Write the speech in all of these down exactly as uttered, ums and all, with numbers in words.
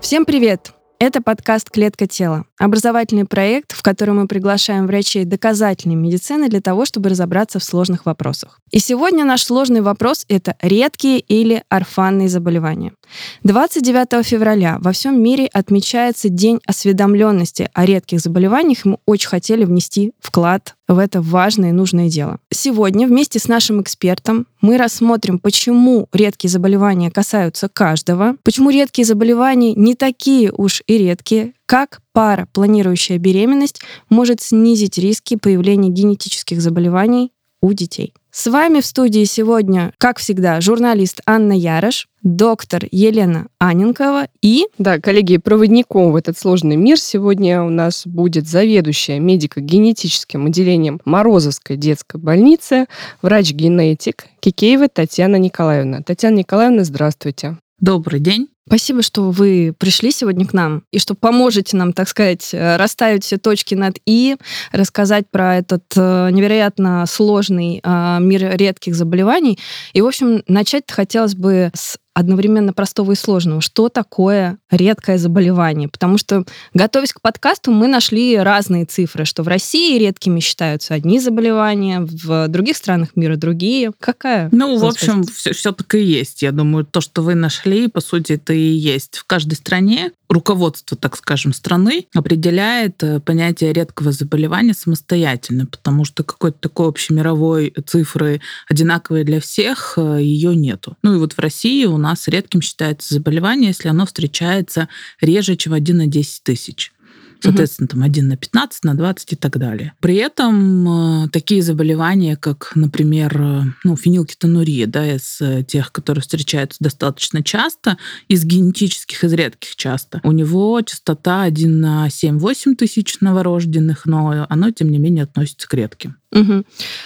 Всем привет! Это подкаст «Клетка тела» — образовательный проект, в котором мы приглашаем врачей доказательной медицины для того, чтобы разобраться в сложных вопросах. И сегодня наш сложный вопрос — это редкие или орфанные заболевания. двадцать девятого февраля во всем мире отмечается День осведомленности о редких заболеваниях, и мы очень хотели внести вклад в это важное и нужное дело. Сегодня вместе с нашим экспертом мы рассмотрим, почему редкие заболевания касаются каждого, почему редкие заболевания не такие уж и редкие, как пара, планирующая беременность, может снизить риски появления генетических заболеваний у детей. С вами в студии сегодня, как всегда, журналист Анна Ярош, доктор Елена Анненкова и... Да, коллеги, проводником в этот сложный мир сегодня у нас будет заведующая медико-генетическим отделением Морозовской детской больницы, врач-генетик Кикеева Татьяна Николаевна. Татьяна Николаевна, здравствуйте. Добрый день. Спасибо, что вы пришли сегодня к нам и что поможете нам, так сказать, расставить все точки над «и», рассказать про этот невероятно сложный мир редких заболеваний. И, в общем, начать хотелось бы с одновременно простого и сложного. Что такое редкое заболевание? Потому что, готовясь к подкасту, мы нашли разные цифры, что в России редкими считаются одни заболевания, в других странах мира другие. Какая? Ну, в общем, все, все так и есть. Я думаю, то, что вы нашли, по сути, это и есть. В каждой стране руководство, так скажем, страны определяет понятие редкого заболевания самостоятельно, потому что какой-то такой общемировой цифры, одинаковой для всех, ее нету. Ну и вот в России у нас редким считается заболевание, если оно встречается реже, чем один на десять тысяч. Соответственно, там один на пятнадцать, на двадцать и так далее. При этом э, такие заболевания, как, например, э, ну, фенилкетонурия, да, из э, тех, которые встречаются достаточно часто, из генетических, из редких часто, у него частота один на семь-восемь тысяч новорожденных, но оно, тем не менее, относится к редким. Угу.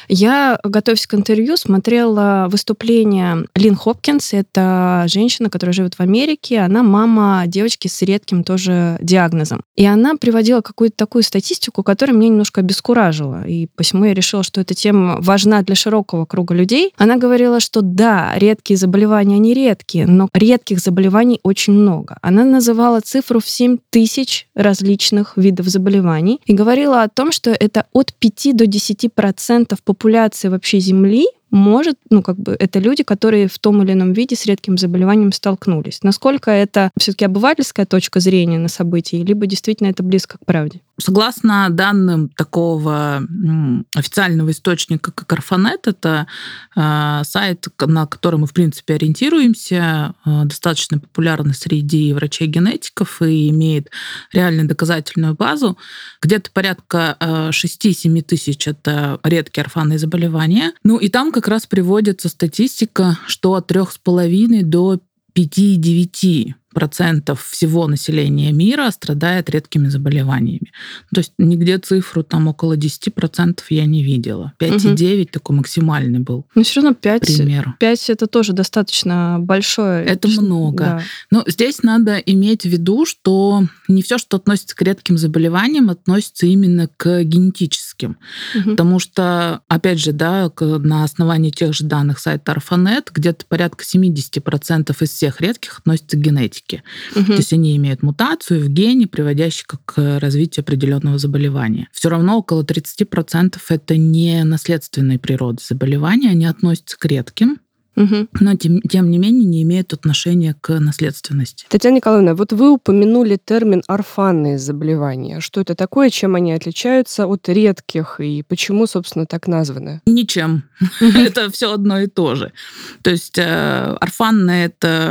Я, готовясь к интервью, смотрела выступление Лин Хопкинс. Это женщина, которая живет в Америке. Она мама девочки с редким тоже диагнозом. И она приводила какую-то такую статистику, которая меня немножко обескуражила. И посему я решила, что эта тема важна для широкого круга людей. Она говорила, что да, редкие заболевания, они редкие, но редких заболеваний очень много. Она называла цифру в семь тысяч различных видов заболеваний и говорила о том, что это от пяти до десяти процентов популяции вообще Земли может, ну, как бы, это люди, которые в том или ином виде с редким заболеванием столкнулись. Насколько это все-таки обывательская точка зрения на события, либо действительно это близко к правде? Согласно данным такого официального источника, как Орфанет, это э, сайт, на который мы, в принципе, ориентируемся, э, достаточно популярный среди врачей-генетиков и имеет реально доказательную базу. Где-то порядка э, шесть-семь тысяч — это редкие орфанные заболевания. Ну и там как раз приводится статистика, что от трёх с половиной до пяти-девяти процентов всего населения мира страдает редкими заболеваниями. То есть нигде цифру там около десяти процентов я не видела. пять целых девять десятых такой максимальный был. Но все равно пять, пример. пять это тоже достаточно большое. Это много. Да. Но здесь надо иметь в виду, что не все, что относится к редким заболеваниям, относится именно к генетическим. Угу. Потому что, опять же, да, на основании тех же данных сайта Орфанет, где-то порядка семьдесят процентов из всех редких относятся к генетике. Угу. То есть они имеют мутацию в гене, приводящую к развитию определенного заболевания. Все равно около тридцать процентов это не наследственной природы заболевания, они относятся к редким, угу. но тем, тем не менее не имеют отношения к наследственности. Татьяна Николаевна, вот вы упомянули термин орфанные заболевания. Что это такое, чем они отличаются от редких и почему, собственно, так названы? Ничем. Это все одно и то же. То есть орфанное —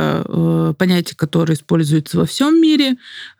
это понятие, которое используется во всем мире,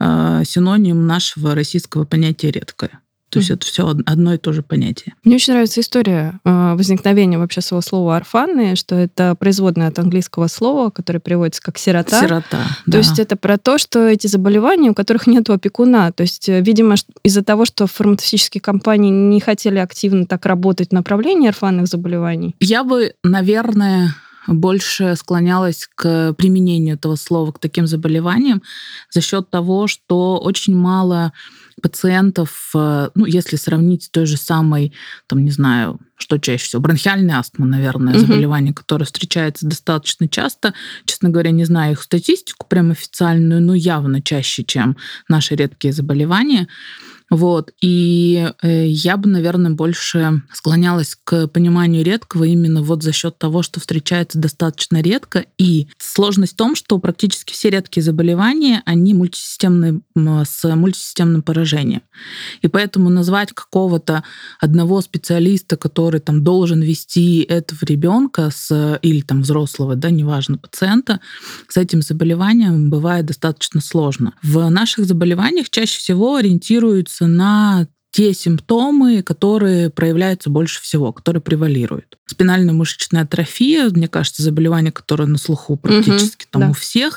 синоним нашего российского понятия редкое. То есть это все одно и то же понятие. Мне очень нравится история возникновения вообще своего слова «орфанные», что это производное от английского слова, которое переводится как «сирота». Сирота, То да. есть это про то, что эти заболевания, у которых нет опекуна. То есть, видимо, из-за того, что фармацевтические компании не хотели активно так работать в направлении орфанных заболеваний. Я бы, наверное, больше склонялась к применению этого слова к таким заболеваниям за счет того, что очень мало пациентов, ну, если сравнить с той же самой, там, не знаю, Что чаще всего? Бронхиальная астма, наверное, Мгм. заболевание, которое встречается достаточно часто. Честно говоря, не знаю их статистику прям официальную, но явно чаще, чем наши редкие заболевания. Вот. И э, я бы, наверное, больше склонялась к пониманию редкого именно вот за счет того, что встречается достаточно редко. И сложность в том, что практически все редкие заболевания, они мультисистемные, м, с мультисистемным поражением. И поэтому назвать какого-то одного специалиста, который там должен вести этого ребенка с, или там взрослого, да, неважно, пациента, с этим заболеванием бывает достаточно сложно. В наших заболеваниях чаще всего ориентируются на те симптомы, которые проявляются больше всего, которые превалируют. Спинальная мышечная атрофия, мне кажется, заболевание, которое на слуху практически Мгм, там да. у всех.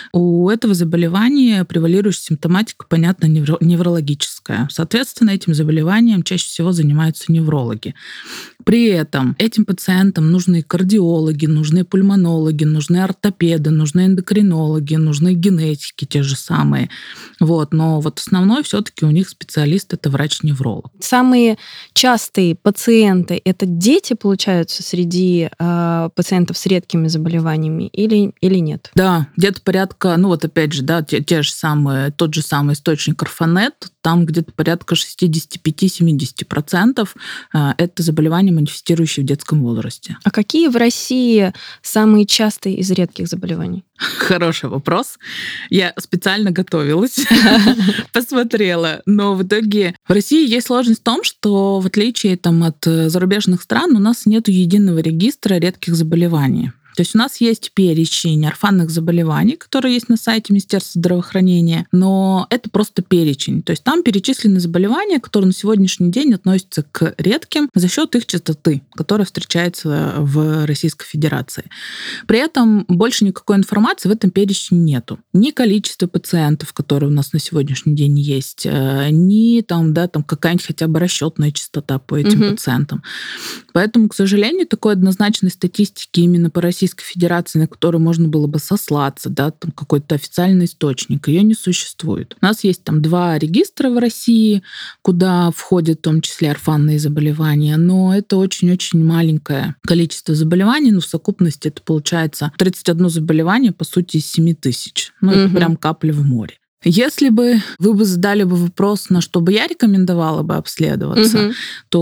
У этого заболевания превалирующая симптоматика, понятно, невро- неврологическая. Соответственно, этим заболеванием чаще всего занимаются неврологи. При этом этим пациентам нужны кардиологи, нужны пульмонологи, нужны ортопеды, нужны эндокринологи, нужны генетики те же самые. Вот. Но вот основной все-таки у них специалист — это врач-невролог. Самые частые пациенты — это дети, получаются, среди э, пациентов с редкими заболеваниями или, или нет? Да, где-то порядка, ну вот опять же, да, те, те же самые, тот же самый источник Орфанет, там где-то порядка шестьдесят пять - семьдесят процентов это заболевания, манифестирующие в детском возрасте. А какие в России самые частые из редких заболеваний? Хороший вопрос. Я специально готовилась, посмотрела. Но в итоге в России есть сложность в том, что в отличие там, от зарубежных стран у нас нет единого регистра редких заболеваний. То есть у нас есть перечень орфанных заболеваний, которые есть на сайте Министерства здравоохранения, но это просто перечень. То есть там перечислены заболевания, которые на сегодняшний день относятся к редким за счет их частоты, которая встречается в Российской Федерации. При этом больше никакой информации в этом перечне нету. Ни количество пациентов, которые у нас на сегодняшний день есть, ни там, да, там какая-нибудь хотя бы расчетная частота по этим Мгм. пациентам. Поэтому, к сожалению, такой однозначной статистики именно по Российской Федерации, на которую можно было бы сослаться, да, там какой-то официальный источник, ее не существует. У нас есть там два регистра в России, куда входят в том числе орфанные заболевания, но это очень-очень маленькое количество заболеваний, ну, в совокупности это получается тридцать одно заболевание, по сути, из семи тысяч. Ну, это Мгм. прям капля в море. Если бы вы бы задали бы вопрос, на что бы я рекомендовала бы обследоваться, Мгм.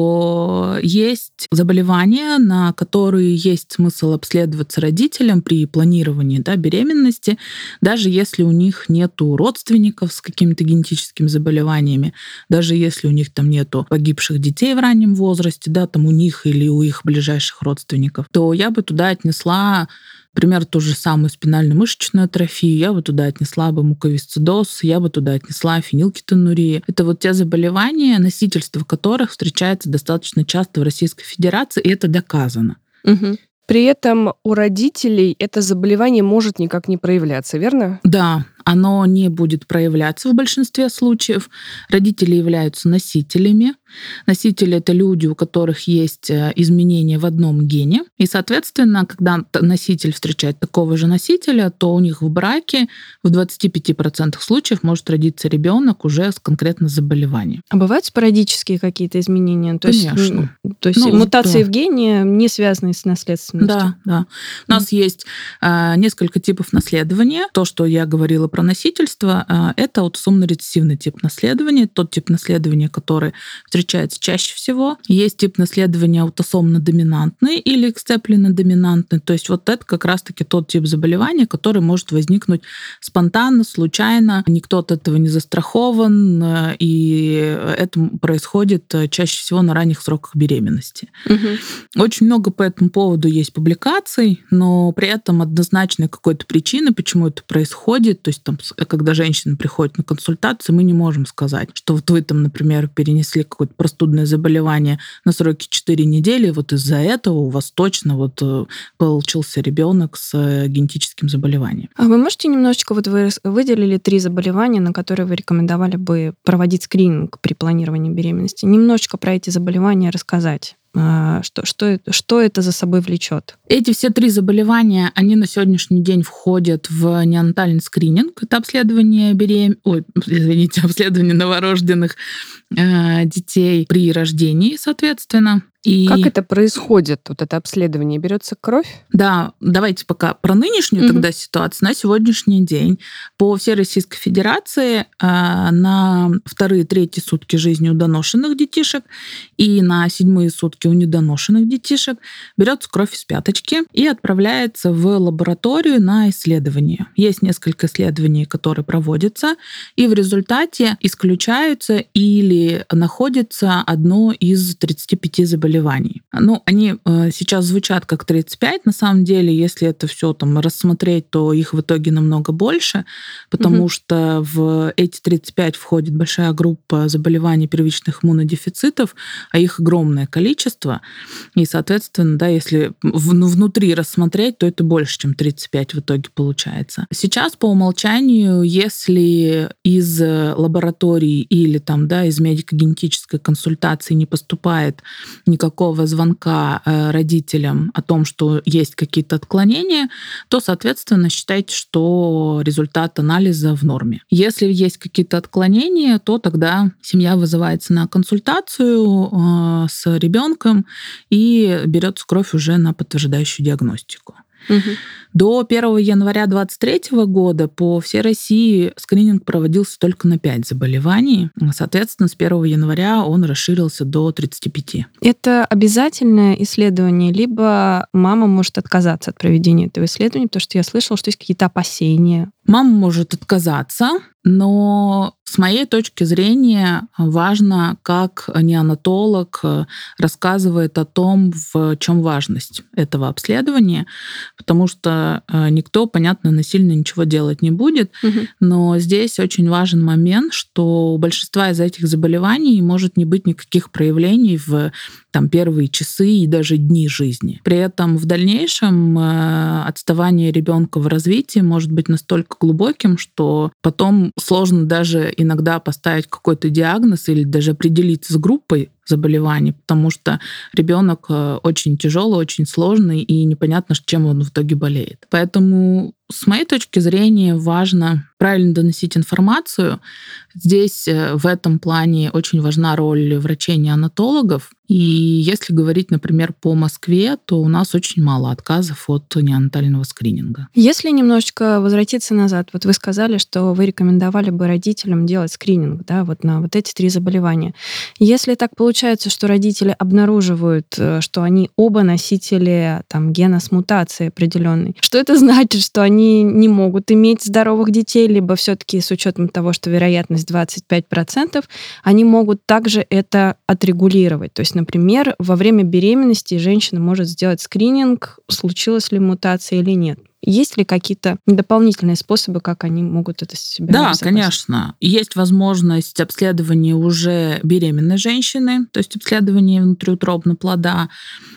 то есть заболевания, на которые есть смысл обследоваться родителям при планировании, да, беременности, даже если у них нету родственников с какими-то генетическими заболеваниями, даже если у них там нету погибших детей в раннем возрасте, да, там у них или у их ближайших родственников, то я бы туда отнесла, например, ту же самую спинально-мышечную атрофию, я бы туда отнесла бы муковисцидоз, я бы туда отнесла фенилкетонурию. Это вот те заболевания, носительство которых встречается достаточно часто в Российской Федерации, и это доказано. Мгм. При этом у родителей это заболевание может никак не проявляться, верно? Да, оно не будет проявляться в большинстве случаев. Родители являются носителями. Носители — это люди, у которых есть изменения в одном гене. И, соответственно, когда носитель встречает такого же носителя, то у них в браке в двадцати пяти процентах случаев может родиться ребенок уже с конкретно заболеванием. А бывают спорадические какие-то изменения? То есть, Конечно. м, то есть Ну, мутации да. в гене, не связанные с наследственностью? Да, да. У нас есть э, несколько типов наследования. То, что я говорила про носительство, э, это аутосомно-рецессивный тип наследования, тот тип наследования, который встречается чаще всего. Есть тип наследования аутосомно-доминантный или эксцеплино-доминантный. То есть вот это как раз-таки тот тип заболевания, который может возникнуть спонтанно, случайно, никто от этого не застрахован, э, и это происходит э, чаще всего на ранних сроках беременности. Мгм. Очень много по этому поводу есть публикаций, но при этом однозначной какой-то причины, почему это происходит, то есть там, когда женщина приходит на консультацию, мы не можем сказать, что вот вы там, например, перенесли какое-то простудное заболевание на сроки четыре недели, вот из-за этого у вас точно вот э, получился ребенок с э, генетическим заболеванием. А вы можете немножечко, вот вы рас- выделили три заболевания, на которые вы рекомендовали бы проводить скрининг при планировании беременности. Немножечко про эти заболевания рассказать. А, Что, что, это- что это за собой влечет? Эти все три заболевания, они на сегодняшний день входят в неонатальный скрининг. Это обследование берем... Ой, извините, обследование новорожденных э, детей при рождении, соответственно. И... Как это происходит, вот это обследование? Берется кровь? Да, давайте пока про нынешнюю mm-hmm. тогда ситуацию. На сегодняшний день по всей Российской Федерации на вторые, третьи сутки жизни у доношенных детишек и на седьмые сутки у недоношенных детишек берется кровь из пяточки и отправляется в лабораторию на исследование. Есть несколько исследований, которые проводятся, и в результате исключаются или находится одно из тридцати пяти заболеваний. Ну, они э, сейчас звучат как тридцать пять. На самом деле, если это все там рассмотреть, то их в итоге намного больше, потому угу. что в эти тридцать пять входит большая группа заболеваний первичных иммунодефицитов, а их огромное количество. И, соответственно, да, если в, ну, внутри рассмотреть, то это больше, чем тридцать пять в итоге получается. Сейчас по умолчанию, если из лаборатории или там, да, из медико-генетической консультации не поступает никакого никакого звонка родителям о том, что есть какие-то отклонения, то, соответственно, считайте, что результат анализа в норме. Если есть какие-то отклонения, то тогда семья вызывается на консультацию с ребенком и берется кровь уже на подтверждающую диагностику. Угу. До первого января две тысячи двадцать третьего года по всей России скрининг проводился только на пять заболеваний. Соответственно, с первого января он расширился до тридцати пяти. Это обязательное исследование, либо мама может отказаться от проведения этого исследования, потому что я слышала, что есть какие-то опасения. Мама может отказаться, но с моей точки зрения важно, как неонатолог рассказывает о том, в чем важность этого обследования, потому что никто, понятно, насильно ничего делать не будет, угу. но здесь очень важен момент, что у большинства из этих заболеваний может не быть никаких проявлений в там, первые часы и даже дни жизни. При этом в дальнейшем отставание ребенка в развитии может быть настолько глубоким, что потом сложно даже иногда поставить какой-то диагноз или даже определиться с группой заболеваний, потому что ребенок очень тяжелый, очень сложный, и непонятно, чем он в итоге болеет. Поэтому, с моей точки зрения, важно правильно доносить информацию. Здесь в этом плане очень важна роль врачей-неонатологов. И если говорить, например, по Москве, то у нас очень мало отказов от неонатального скрининга. Если немножечко возвратиться назад, вот вы сказали, что вы рекомендовали бы родителям делать скрининг, да, вот на вот эти три заболевания. Если так получается, что родители обнаруживают, что они оба носители там, гена с мутацией определенной, что это значит, что они не могут иметь здоровых детей, либо все-таки с учетом того, что вероятность двадцать пять процентов, они могут также это отрегулировать. То есть, например, во время беременности женщина может сделать скрининг, случилась ли мутация или нет. Есть ли какие-то дополнительные способы, как они могут это себе Да, обезопасить? конечно. Есть возможность обследования уже беременной женщины, то есть обследование внутриутробного плода.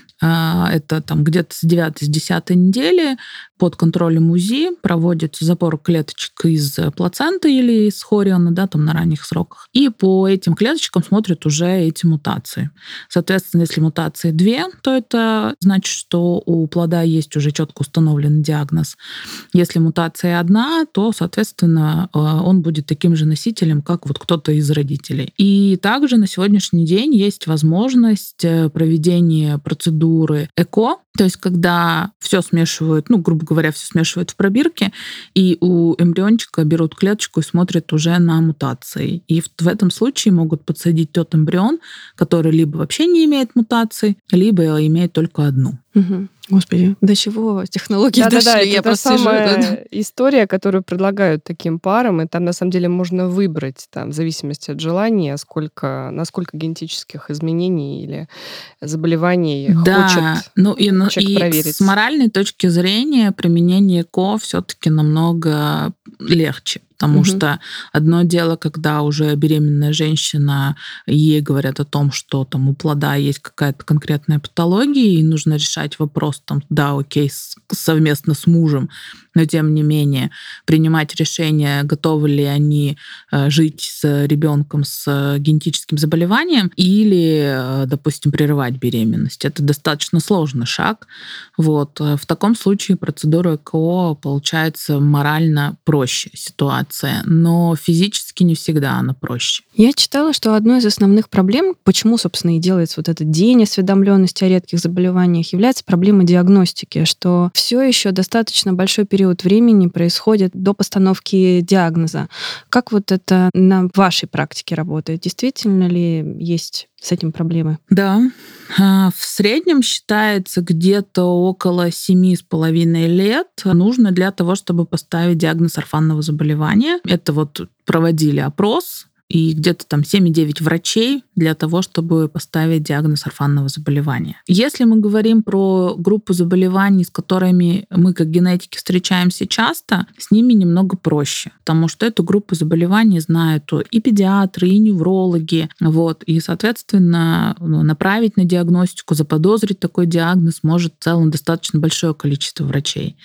Это там где-то с девятой, с десятой недели под контролем УЗИ проводится забор клеточек из плаценты или из хориона, да, там на ранних сроках. И по этим клеточкам смотрят уже эти мутации. Соответственно, если мутации две, то это значит, что у плода есть уже четко установленный диагноз. Если мутация одна, то, соответственно, он будет таким же носителем, как вот кто-то из родителей. И также на сегодняшний день есть возможность проведения процедуры ЭКО, то есть когда все смешивают, ну, грубо говоря, все смешивают в пробирке, и у эмбриончика берут клеточку и смотрят уже на мутации. И в, в этом случае могут подсадить тот эмбрион, который либо вообще не имеет мутаций, либо имеет только одну. Угу. Господи, до чего технологии да, дошли? Да, да, я это просто та самая сижу. история, которую предлагают таким парам, и там на самом деле можно выбрать, там, в зависимости от желания, сколько, насколько генетических изменений или заболеваний да, хочет ну и, человек и проверить. С моральной точки зрения применение ЭКО все-таки намного легче. Потому угу. что одно дело, когда уже беременная женщина, ей говорят о том, что там у плода есть какая-то конкретная патология, и нужно решать вопрос, там, да, окей, совместно с мужем, но тем не менее принимать решение, готовы ли они жить с ребенком с генетическим заболеванием или, допустим, прерывать беременность. Это достаточно сложный шаг. Вот. В таком случае процедура ЭКО получается морально проще ситуация. информация, но физически не всегда она проще. Я читала, что одной из основных проблем, почему, собственно, и делается вот этот день осведомленности о редких заболеваниях, является проблема диагностики, что все еще достаточно большой период времени происходит до постановки диагноза. Как вот это на вашей практике работает? Действительно ли есть с этим проблемы? Да. В среднем считается где-то около семи с половиной лет нужно для того, чтобы поставить диагноз орфанного заболевания. Это вот проводили опрос, и где-то там семь-девять врачей для того, чтобы поставить диагноз орфанного заболевания. Если мы говорим про группу заболеваний, с которыми мы как генетики встречаемся часто, с ними немного проще, потому что эту группу заболеваний знают и педиатры, и неврологи. Вот, и, соответственно, направить на диагностику, заподозрить такой диагноз может в целом достаточно большое количество врачей.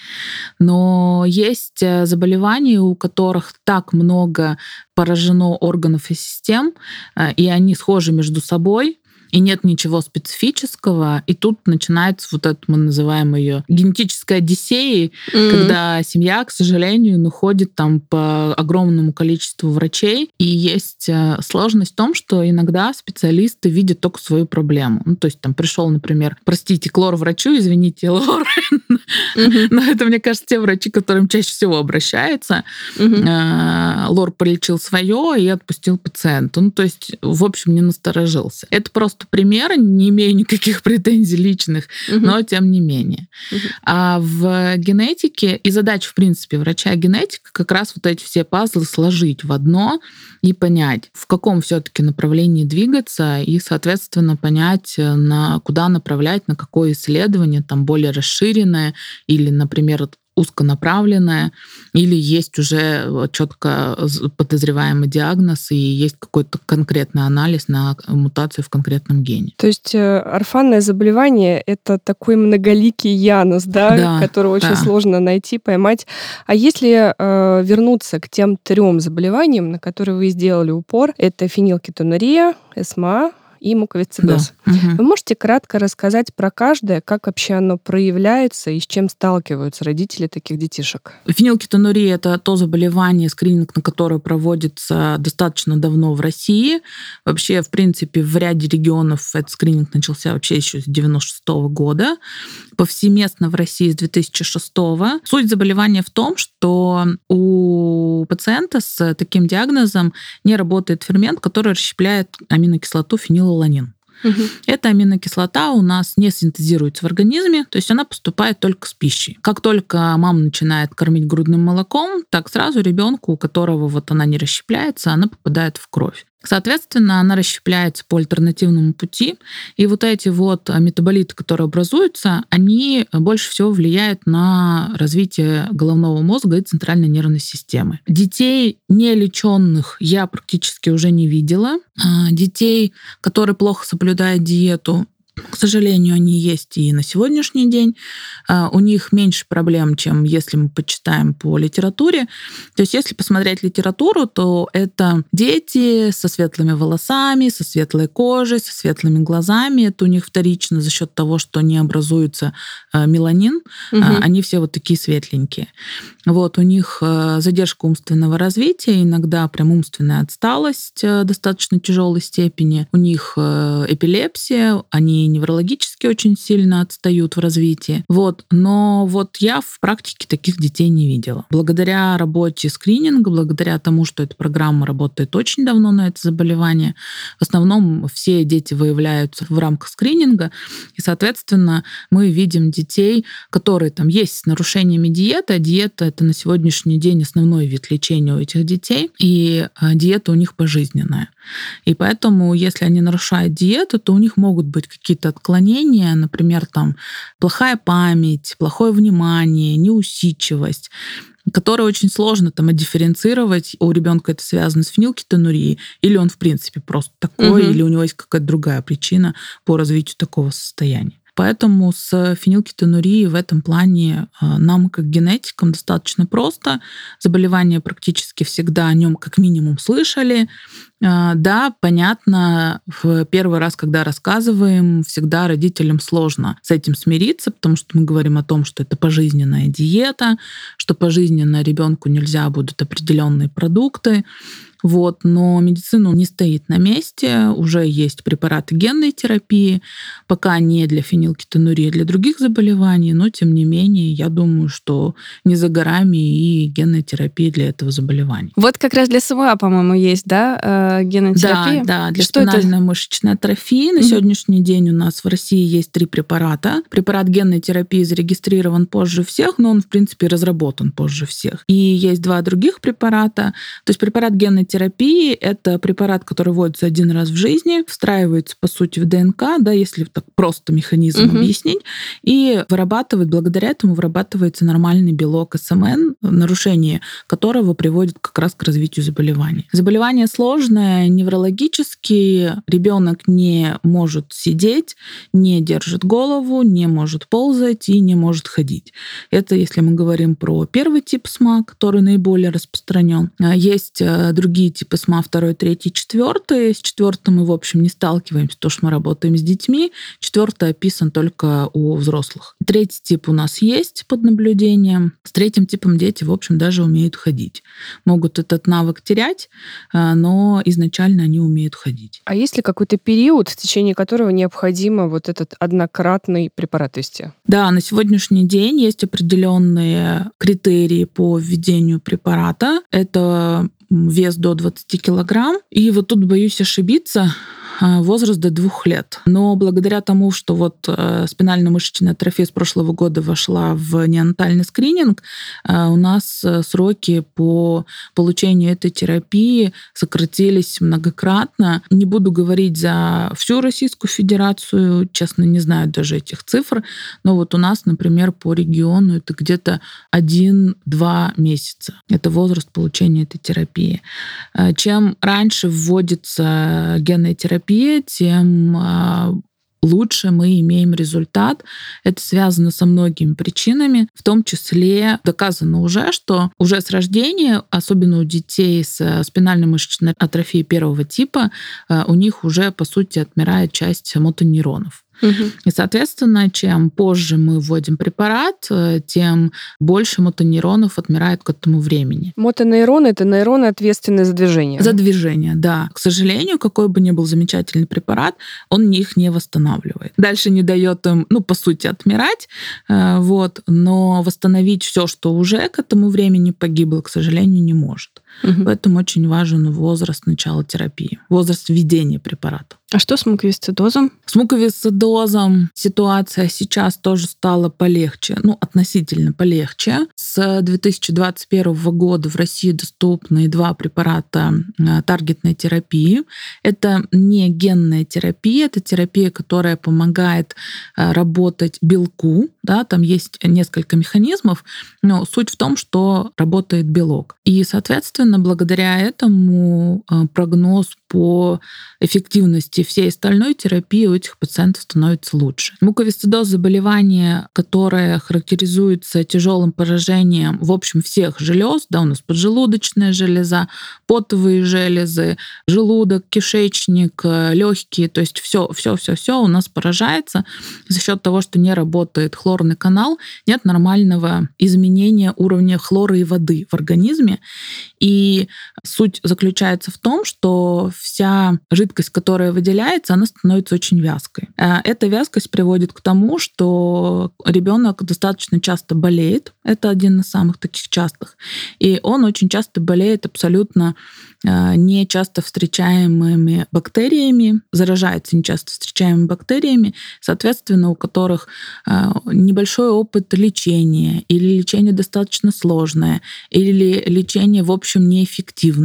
Но есть заболевания, у которых так много поражено органов и систем, и они схожи между собой, и нет ничего специфического, и тут начинается вот это, мы называем ее генетической одиссеей, mm-hmm. когда семья, к сожалению, находит там по огромному количеству врачей, и есть сложность в том, что иногда специалисты видят только свою проблему. Ну, то есть там пришел, например, простите, к лор-врачу, извините, лор, mm-hmm. но это, мне кажется, те врачи, к которым чаще всего обращаются. Mm-hmm. Лор полечил свое и отпустил пациента. Ну, то есть, в общем, не насторожился. Это просто пример, не имею никаких претензий личных, uh-huh. но тем не менее. Uh-huh. А в генетике и задача, в принципе, врача-генетика как раз вот эти все пазлы сложить в одно и понять, в каком все-таки направлении двигаться, и, соответственно, понять, на куда направлять, на какое исследование, там более расширенное или, например, узконаправленная, или есть уже четко подозреваемый диагноз и есть какой-то конкретный анализ на мутацию в конкретном гене. То есть орфанное заболевание — это такой многоликий янус, да, да который очень да. сложно найти, поймать. А если э, вернуться к тем трем заболеваниям, на которые вы сделали упор, это фенилкетонурия, СМА и муковисцидоз. Да. Угу. Вы можете кратко рассказать про каждое, как вообще оно проявляется и с чем сталкиваются родители таких детишек? Фенилкетонурия — это то заболевание, скрининг на которое проводится достаточно давно в России. Вообще, в принципе, в ряде регионов этот скрининг начался вообще еще с девяносто шестого года. Повсеместно в России с две тысячи шестого. Суть заболевания в том, что у пациента с таким диагнозом не работает фермент, который расщепляет аминокислоту фенилаланин. Угу. Эта аминокислота у нас не синтезируется в организме, то есть она поступает только с пищей. Как только мама начинает кормить грудным молоком, так сразу ребенку, у которого вот она не расщепляется, она попадает в кровь. Соответственно, она расщепляется по альтернативному пути, и вот эти вот метаболиты, которые образуются, они больше всего влияют на развитие головного мозга и центральной нервной системы. Детей нелеченных я практически уже не видела. Детей, которые плохо соблюдают диету, к сожалению, они есть и на сегодняшний день. У них меньше проблем, чем если мы почитаем по литературе. То есть если посмотреть литературу, то это дети со светлыми волосами, со светлой кожей, со светлыми глазами. Это у них вторично за счет того, что не образуется меланин. Угу. Они все вот такие светленькие. Вот, у них задержка умственного развития, иногда прям умственная отсталость достаточно тяжелой степени. У них эпилепсия, они неврологически очень сильно отстают в развитии. Вот. Но вот я в практике таких детей не видела. Благодаря работе скрининга, благодаря тому, что эта программа работает очень давно на это заболевание, в основном все дети выявляются в рамках скрининга, и, соответственно, мы видим детей, которые там есть с нарушениями диеты. Диета — это на сегодняшний день основной вид лечения у этих детей, и диета у них пожизненная. И поэтому, если они нарушают диету, то у них могут быть какие-то отклонения, например, там плохая память, плохое внимание, неусидчивость, которые очень сложно там отдифференцировать. У ребенка это связано с фенилкетонурией, или он, в принципе, просто такой, угу. или у него есть какая-то другая причина по развитию такого состояния. Поэтому с фенилкетонурией в этом плане нам, как генетикам, достаточно просто. Заболевание практически всегда о нем как минимум слышали. Да, понятно, в первый раз, когда рассказываем, всегда родителям сложно с этим смириться, потому что мы говорим о том, что это пожизненная диета, что пожизненно ребенку нельзя будут определенные продукты. Вот, но медицина не стоит на месте, уже есть препараты генной терапии, пока не для фенилкетонурии, а для других заболеваний, но тем не менее, я думаю, что не за горами и генная терапия для этого заболевания. Вот как раз для СМА, по-моему, есть, да, генная терапия? Да, да, для что спинальной это? мышечной атрофии. На mm-hmm. сегодняшний день у нас в России есть три препарата. Препарат генной терапии зарегистрирован позже всех, но он, в принципе, разработан позже всех. И есть два других препарата. То есть препарат генной терапии — это препарат, который вводится один раз в жизни, встраивается, по сути, в ДНК, да, если так просто механизм mm-hmm. объяснить, и вырабатывает, благодаря этому вырабатывается нормальный белок эс эм эн, нарушение которого приводит как раз к развитию заболевания. Заболевание сложное, неврологически, ребенок не может сидеть, не держит голову, не может ползать и не может ходить. Это если мы говорим про первый тип СМА, который наиболее распространен. Есть другие типы СМА, второй, третий, четвертый. С четвертым мы, в общем, не сталкиваемся, потому что мы работаем с детьми. Четвертый описан только у взрослых. Третий тип у нас есть под наблюдением. С третьим типом дети, в общем, даже умеют ходить. Могут этот навык терять, но изначально они умеют ходить. А есть ли какой-то период, в течение которого необходимо вот этот однократный препарат ввести? Да, на сегодняшний день есть определенные критерии по введению препарата. Это вес до двадцати килограмм. И вот тут боюсь ошибиться, возраст до двух лет. Но благодаря тому, что вот спинально-мышечная атрофия с прошлого года вошла в неонатальный скрининг, у нас сроки по получению этой терапии сократились многократно. Не буду говорить за всю Российскую Федерацию, честно, не знаю даже этих цифр, но вот у нас, например, по региону это где-то один-два месяца. Это возраст получения этой терапии. Чем раньше вводится генная терапия, тем лучше мы имеем результат. Это связано со многими причинами. В том числе доказано уже, что уже с рождения, особенно у детей с спинально-мышечной атрофией первого типа, у них уже, по сути, отмирает часть мотонейронов. Угу. И, соответственно, чем позже мы вводим препарат, тем больше мотонейронов отмирает к этому времени. Мотонейроны — это нейроны, ответственные за движение. За движение, да. К сожалению, какой бы ни был замечательный препарат, он их не восстанавливает. Дальше не дает им, ну, по сути, отмирать, вот, но восстановить все, что уже к этому времени погибло, к сожалению, не может. Угу. Поэтому очень важен возраст начала терапии, возраст введения препарата. А что с муковисцидозом? С муковисцидозом ситуация сейчас тоже стала полегче, ну, относительно полегче. С две тысячи двадцать первого года в России доступны два препарата таргетной терапии. Это не генная терапия, это терапия, которая помогает работать белку. Да, там есть несколько механизмов, но суть в том, что работает белок. И, соответственно, благодаря этому прогноз по эффективности всей остальной терапии у этих пациентов становится лучше. Муковисцидоз — заболевание, которое характеризуется тяжелым поражением, в общем, всех желез. Да, у нас поджелудочная железа, потовые железы, желудок, кишечник, легкие, то есть все, все, все, все у нас поражается за счет того, что не работает хлорный канал, нет нормального изменения уровня хлора и воды в организме. И суть заключается в том, что вся жидкость, которая выделяется, она становится очень вязкой. Эта вязкость приводит к тому, что ребенок достаточно часто болеет. Это один из самых таких частых. И он очень часто болеет абсолютно не часто встречаемыми бактериями, заражается нечасто встречаемыми бактериями, соответственно, у которых небольшой опыт лечения, или лечение достаточно сложное, или лечение, в общем, неэффективное.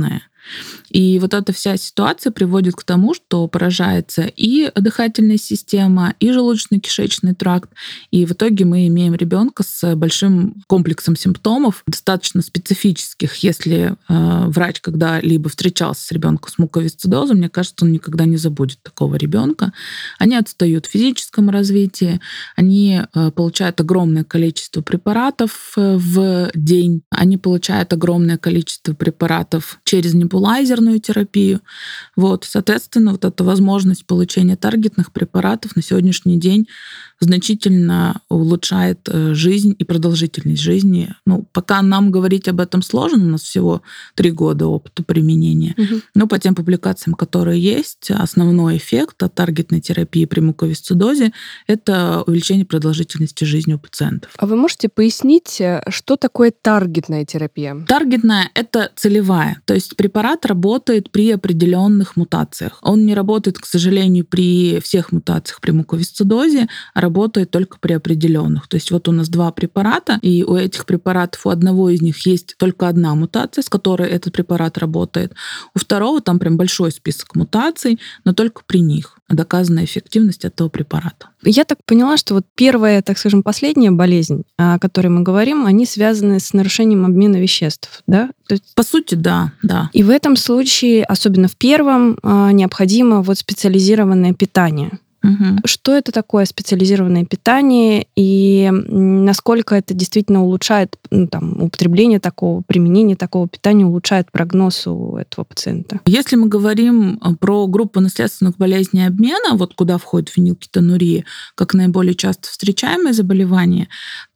И вот эта вся ситуация приводит к тому, что поражается и дыхательная система, и желудочно-кишечный тракт. И в итоге мы имеем ребенка с большим комплексом симптомов, достаточно специфических. Если э, врач когда-либо встречался с ребенком с муковисцидозом, мне кажется, он никогда не забудет такого ребенка. Они отстают в физическом развитии, они э, получают огромное количество препаратов э, в день, они получают огромное количество препаратов через небулайзерную терапию. Вот, соответственно, вот эта возможность получения таргетных препаратов на сегодняшний день значительно улучшает жизнь и продолжительность жизни. Ну, пока нам говорить об этом сложно, у нас всего три года опыта применения. Угу. Но по тем публикациям, которые есть, основной эффект от таргетной терапии при муковисцидозе — это увеличение продолжительности жизни у пациентов. А вы можете пояснить, что такое таргетная терапия? Таргетная — это целевая, то есть препарат работает при определенных мутациях. Он не работает, к сожалению, при всех мутациях при муковисцидозе, а работает только при определенных. То есть вот у нас два препарата, и у этих препаратов у одного из них есть только одна мутация, с которой этот препарат работает. У второго там прям большой список мутаций, но только при них доказана эффективность этого препарата. Я так поняла, что вот первая, так скажем, последняя болезнь, о которой мы говорим, они связаны с нарушением обмена веществ, да? То есть... По сути, да, да. И в этом случае, особенно в первом, необходимо вот специализированное питание. Угу. Что это такое специализированное питание и насколько это действительно улучшает, ну, там, употребление такого, применение такого питания улучшает прогноз у этого пациента? Если мы говорим про группу наследственных болезней обмена, вот куда входит фенилкетонурия, как наиболее часто встречаемое заболевание,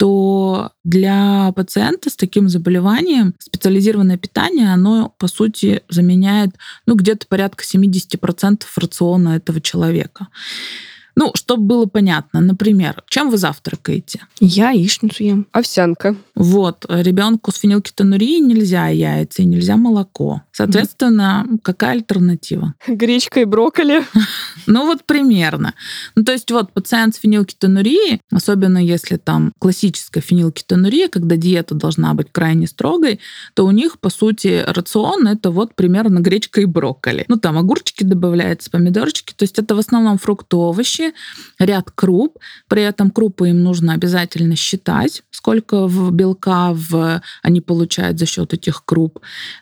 то для пациента с таким заболеванием специализированное питание, оно, по сути, заменяет ну, где-то порядка семьдесят процентов рациона этого человека. Ну, чтобы было понятно, например, чем вы завтракаете? Я яичницу ем. Овсянка. Вот, ребенку с фенилкетонурией нельзя яйца и нельзя молоко. Соответственно, mm-hmm. какая альтернатива? Гречка и брокколи. Ну вот примерно. Ну то есть вот пациент с фенилкетонурией, особенно если там классическая фенилкетонурия, когда диета должна быть крайне строгой, то у них, по сути, рацион — это вот примерно гречка и брокколи. Ну там огурчики добавляются, помидорчики. То есть это в основном фрукты, овощи, ряд круп. При этом крупы им нужно обязательно считать, сколько в белка в, они получают за счет этих круп.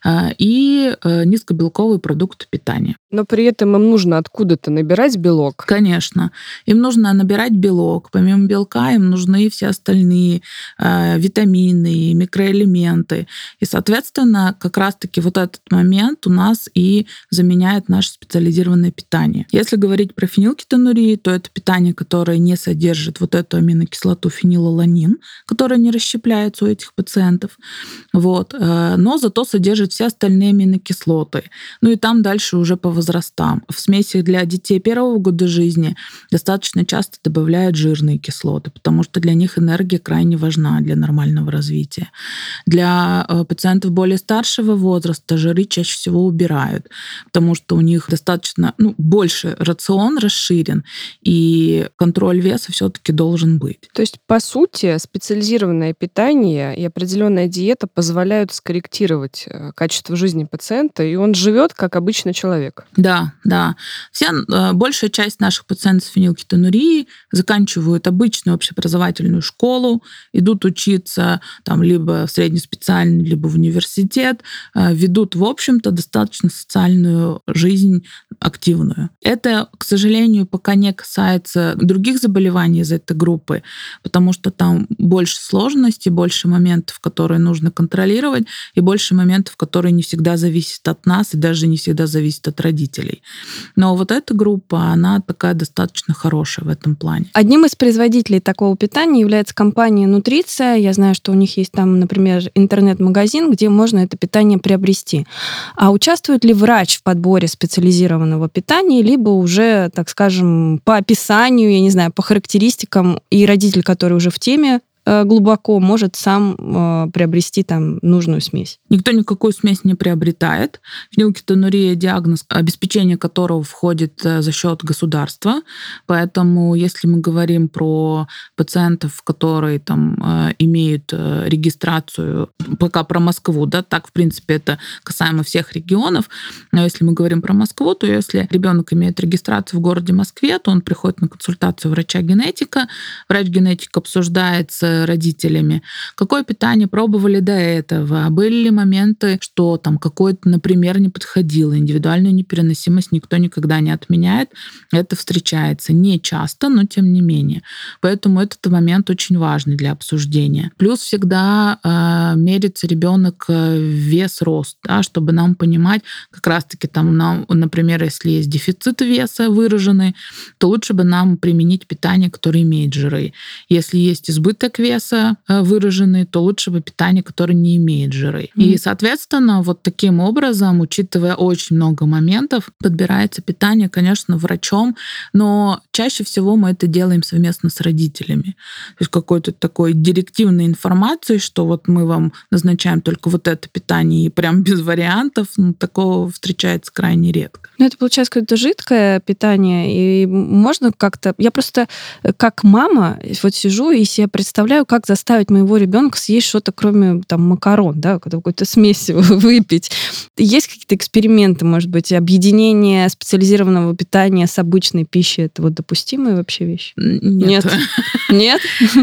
И низкобелковые продукты питания. Но при этом им нужно откуда-то набирать белок. Конечно. Им нужно набирать белок. Помимо белка им нужны все остальные э, витамины, микроэлементы. И, соответственно, как раз-таки вот этот момент у нас и заменяет наше специализированное питание. Если говорить про фенилкетонурию, то это питание, которое не содержит вот эту аминокислоту фенилаланин, которая не расщепляется у этих пациентов. Вот. Но зато содержит все остальные аминокислоты. Ну и там дальше уже по возрастам. В смеси для детей первого года жизни достаточно часто добавляют жирные кислоты, потому что для них энергия крайне важна для нормального развития. Для пациентов более старшего возраста жиры чаще всего убирают, потому что у них достаточно ну, больше рацион расширен, и контроль веса все-таки должен быть. То есть, по сути, специализированное питание и определенная диета позволяют скорректировать качество жизни пациента, и он живет как обычный человек. Да, да. Вся, большая часть наших пациентов с фенилкетонурией заканчивают обычную общеобразовательную школу, идут учиться там, либо в среднеспециальный, либо в университет, ведут, в общем-то, достаточно социальную жизнь активную. Это, к сожалению, пока не касается других заболеваний из этой группы, потому что там больше сложностей, больше моментов, которые нужно контролировать, и больше моментов, которые не всегда зависят от нас и даже не всегда зависят от родителей. Но вот эта группа, она такая достаточно хорошая в этом плане. Одним из производителей такого питания является компания Нутриция. Я знаю, что у них есть там, например, интернет-магазин, где можно это питание приобрести. А участвует ли врач в подборе специализированного питания, либо уже, так скажем, по описанию, я не знаю, по характеристикам, и родитель, который уже в теме, глубоко, может сам э, приобрести там нужную смесь? Никто никакую смесь не приобретает. Фенилкетонурия — диагноз, обеспечение которого входит за счет государства. Поэтому если мы говорим про пациентов, которые там имеют регистрацию, пока про Москву, да, так, в принципе, это касаемо всех регионов. Но если мы говорим про Москву, то если ребенок имеет регистрацию в городе Москве, то он приходит на консультацию врача-генетика. Врач-генетик обсуждает с родителями, какое питание пробовали до этого, были ли моменты, что там какое-то, например, не подходило. Индивидуальную непереносимость никто никогда не отменяет. Это встречается не часто, но тем не менее. Поэтому этот момент очень важный для обсуждения. Плюс всегда э, мерится ребенок вес, рост, да, чтобы нам понимать, как раз-таки там, нам, например, если есть дефицит веса выраженный, то лучше бы нам применить питание, которое имеет жиры. Если есть избыток веса выраженный, то лучше бы питание, которое не имеет жиры. Mm-hmm. И, соответственно, вот таким образом, учитывая очень много моментов, подбирается питание, конечно, врачом, но чаще всего мы это делаем совместно с родителями. То есть какой-то такой директивной информации, что вот мы вам назначаем только вот это питание и прям без вариантов, ну, такого встречается крайне редко. Ну, это получается какое-то жидкое питание, и можно как-то... Я просто как мама вот сижу и себе представляю, как заставить моего ребенка съесть что-то, кроме там макарон, да, какую-то смесь выпить. Есть какие-то эксперименты, может быть, объединение специализированного питания с обычной пищей? Это вот допустимые вообще вещи? Нет. Нет?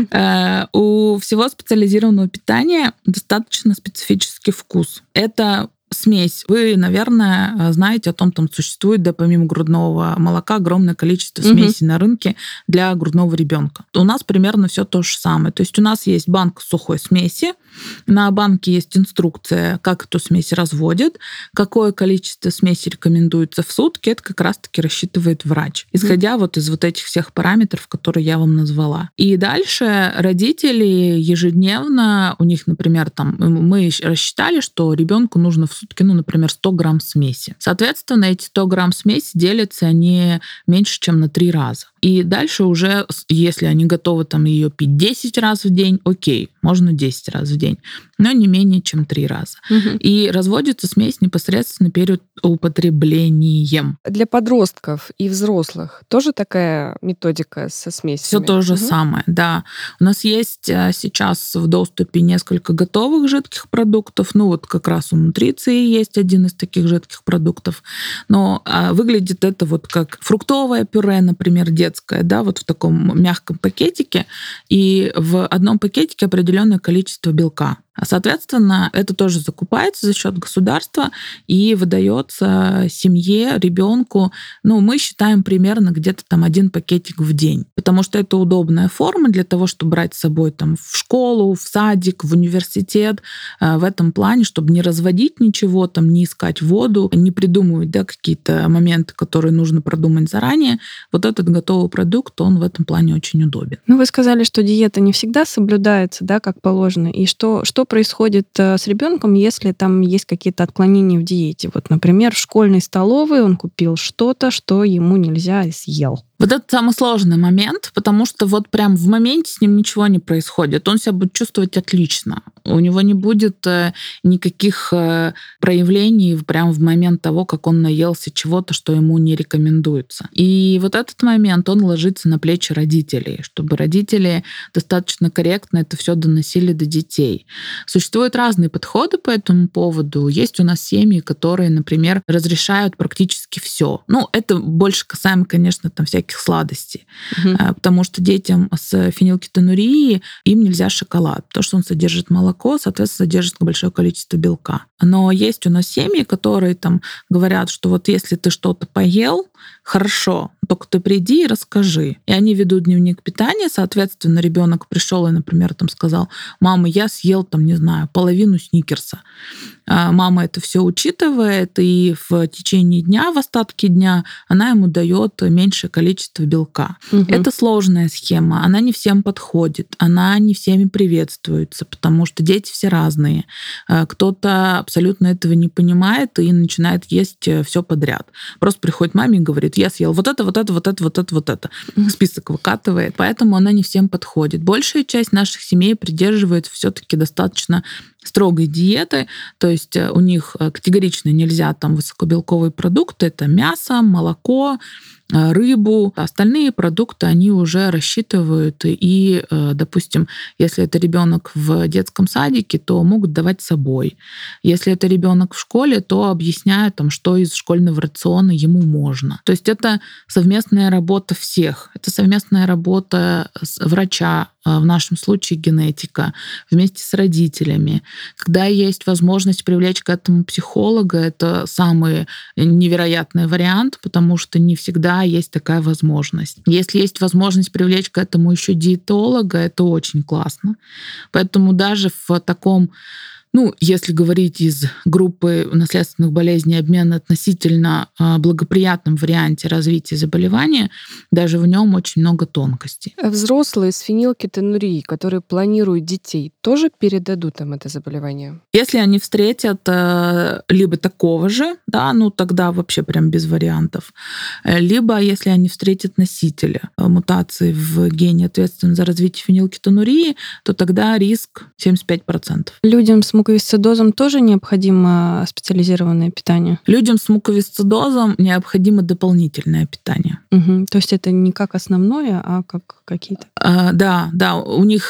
У всего специализированного питания достаточно специфический вкус. Это смесь. Вы, наверное, знаете о том, там существует, да, помимо грудного молока, огромное количество смесей угу. на рынке для грудного ребенка. У нас примерно все то же самое. То есть у нас есть банка сухой смеси, на банке есть инструкция, как эту смесь разводят, какое количество смеси рекомендуется в сутки, это как раз-таки рассчитывает врач, исходя угу. вот из вот этих всех параметров, которые я вам назвала. И дальше родители ежедневно, у них, например, там мы рассчитали, что ребенку нужно в сутки, ну, например, сто грамм смеси. Соответственно, эти сто грамм смеси делятся они меньше, чем на три раза. И дальше уже, если они готовы там ее пить десять раз в день, окей, можно десять раз в день, но не менее, чем три раза. Угу. И разводится смесь непосредственно перед употреблением. Для подростков и взрослых тоже такая методика со смесями? Все то же угу. самое, да. У нас есть сейчас в доступе несколько готовых жидких продуктов, ну вот как раз у нутриции есть один из таких жидких продуктов, но а, выглядит это вот как фруктовое пюре, например, детское, да, вот в таком мягком пакетике, и в одном пакетике определенное количество белка. Соответственно, это тоже закупается за счет государства и выдается семье, ребенку. Ну, мы считаем примерно где-то там один пакетик в день, потому что это удобная форма для того, чтобы брать с собой там в школу, в садик, в университет. В этом плане, чтобы не разводить ничего, там, не искать воду, не придумывать, да, какие-то моменты, которые нужно продумать заранее. Вот этот готовый продукт, он в этом плане очень удобен. Ну, вы сказали, что диета не всегда соблюдается, да, как положено. И что, что происходит с ребенком, если там есть какие-то отклонения в диете? Вот, например, в школьной столовой он купил что-то, что ему нельзя, и съел. Вот это самый сложный момент, потому что вот прям в моменте с ним ничего не происходит. Он себя будет чувствовать отлично. У него не будет никаких проявлений прям в момент того, как он наелся чего-то, что ему не рекомендуется. И вот этот момент, он ложится на плечи родителей, чтобы родители достаточно корректно это все доносили до детей. Существуют разные подходы по этому поводу. Есть у нас семьи, которые, например, разрешают практически все. Ну, это больше касаемо, конечно, там всяких сладостей. Угу. Потому что детям с фенилкетонурией им нельзя шоколад, потому что он содержит молоко, соответственно, содержит большое количество белка. Но есть у нас семьи, которые там говорят, что вот если ты что-то поел, хорошо, только ты приди и расскажи. И они ведут дневник питания, соответственно, ребенок пришел и, например, там сказал: мама, я съел там, не знаю, половину сникерса. мама это все учитывает, и в течение дня, в остатке дня, она ему дает меньшее количество белка. Угу. Это сложная схема, она не всем подходит, она не всеми приветствуется, потому что дети все разные. Кто-то абсолютно этого не понимает и начинает есть все подряд. Просто приходит маме и говорит: я съел вот это, вот это, вот это, вот это, вот это. Угу. Список выкатывает. Поэтому она не всем подходит. Большая часть наших семей придерживается все-таки достаточно строгой диеты, то есть у них категорично нельзя там высокобелковые продукты, это мясо, молоко, рыбу. Остальные продукты они уже рассчитывают, и, допустим, если это ребенок в детском садике, то могут давать с собой. Если это ребенок в школе, то объясняют, там, что из школьного рациона ему можно. То есть это совместная работа всех. Это совместная работа врача, в нашем случае генетика, вместе с родителями. Когда есть возможность привлечь к этому психолога, это самый невероятный вариант, потому что не всегда есть такая возможность. Если есть возможность привлечь к этому еще диетолога, это очень классно. Поэтому даже в таком, ну, если говорить из группы наследственных болезней обмен относительно благоприятном варианте развития заболевания, даже в нем очень много тонкостей. А взрослые с фенилкетонурией, которые планируют детей, тоже передадут им это заболевание? Если они встретят либо такого же, да, ну тогда вообще прям без вариантов, либо если они встретят носителя мутации в гене, ответственном за развитие фенилкетонурии, то тогда риск семьдесят пять процентов. Людям с муковисцидозом тоже необходимо специализированное питание? Людям с муковисцидозом необходимо дополнительное питание. Угу. То есть это не как основное, а как какие-то? А, да, да. У них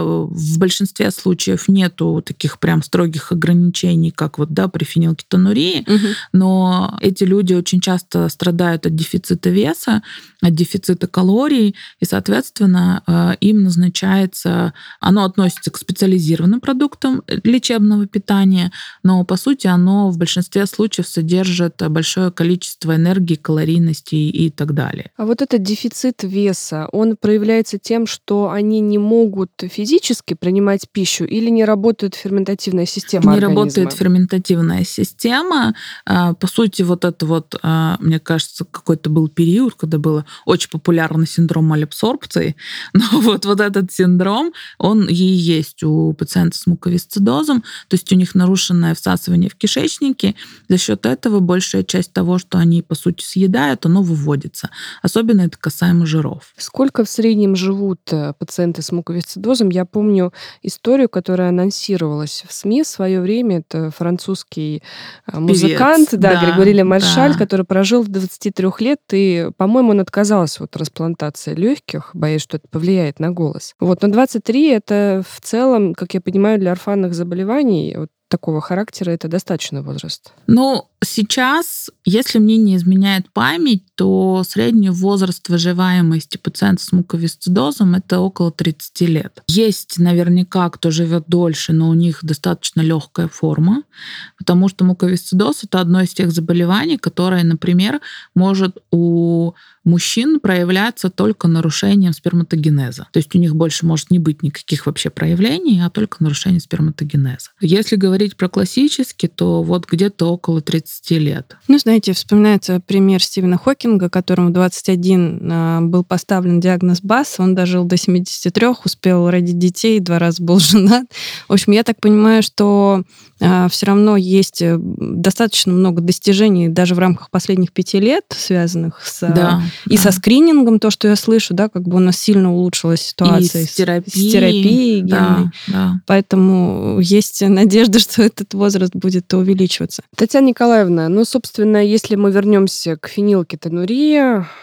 в большинстве случаев нету таких прям строгих ограничений, как вот, да, при фенилкетонурии, угу. Но эти люди очень часто страдают от дефицита веса, от дефицита калорий, и, соответственно, им назначается, оно относится к специализированным продуктам лечебного питания, но, по сути, оно в большинстве случаев содержит большое количество энергии, калорийности и так далее. А вот этот дефицит веса, он проявляется тем, что они не могут физически принимать пищу или не работает ферментативная система Не организма? работает ферментативная система. По сути, вот это вот, мне кажется, какой-то был период, когда было очень популярный синдром малабсорбции, но вот, вот этот синдром, он и есть у пациентов с муковисцидозом, то есть у них нарушенное всасывание в кишечнике, за счет этого большая часть того, что они, по сути, съедают, оно выводится. Особенно это касаемо жиров. Сколько в среднем живут пациенты с муковисцидозом? Я помню историю, которая анонсировалась в СМИ в свое время. Это французский музыкант, да, да, Грегори Ле Маршаль, да. который прожил до двадцати трёх лет, и, по-моему, он отказался от трансплантации легких, боясь, что это повлияет на голос. Вот, но двадцать три это в целом, как я понимаю, для орфанных заболеваний вот такого характера это достаточный возраст. Ну, сейчас, если мне не изменяет память, то средний возраст выживаемости пациентов с муковисцидозом это около тридцати лет. Есть наверняка, кто живет дольше, но у них достаточно легкая форма, потому что муковисцидоз это одно из тех заболеваний, которое, например, может у мужчин проявляться только нарушением сперматогенеза. То есть у них больше может не быть никаких вообще проявлений, а только нарушение сперматогенеза. Если говорить про классический, то вот где-то около тридцати лет. Ну, знаете, вспоминается пример Стивена Хокинга, которому двадцать один был поставлен диагноз БАС, он дожил до семидесяти трёх, успел родить детей, два раза был женат. В общем, я так понимаю, что все равно есть достаточно много достижений даже в рамках последних пяти лет, связанных с... Да. И да. со скринингом, то, что я слышу, да, как бы у нас сильно улучшилась ситуация. И с терапией. С терапией да, да. Поэтому есть надежда, что этот возраст будет увеличиваться. Татьяна Николаевна, ну, собственно, если мы вернемся к фенилкетонурии,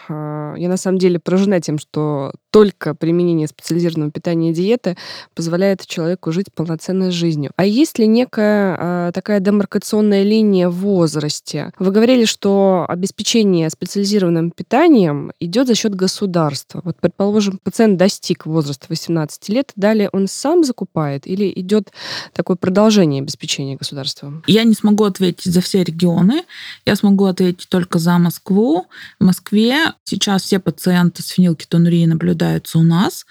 я на самом деле поражена тем, что только применение специализированного питания и диеты позволяет человеку жить полноценной жизнью. А есть ли некая такая демаркационная линия в возрасте? Вы говорили, что обеспечение специализированным питанием идет за счет государства. Вот, предположим, пациент достиг возраста восемнадцати лет, далее он сам закупает или идет такое продолжение обеспечения государством? Я не смогу ответить за все регионы, я смогу ответить только за Москву. В Москве сейчас все пациенты с фенилкетонурией наблюдаются у нас.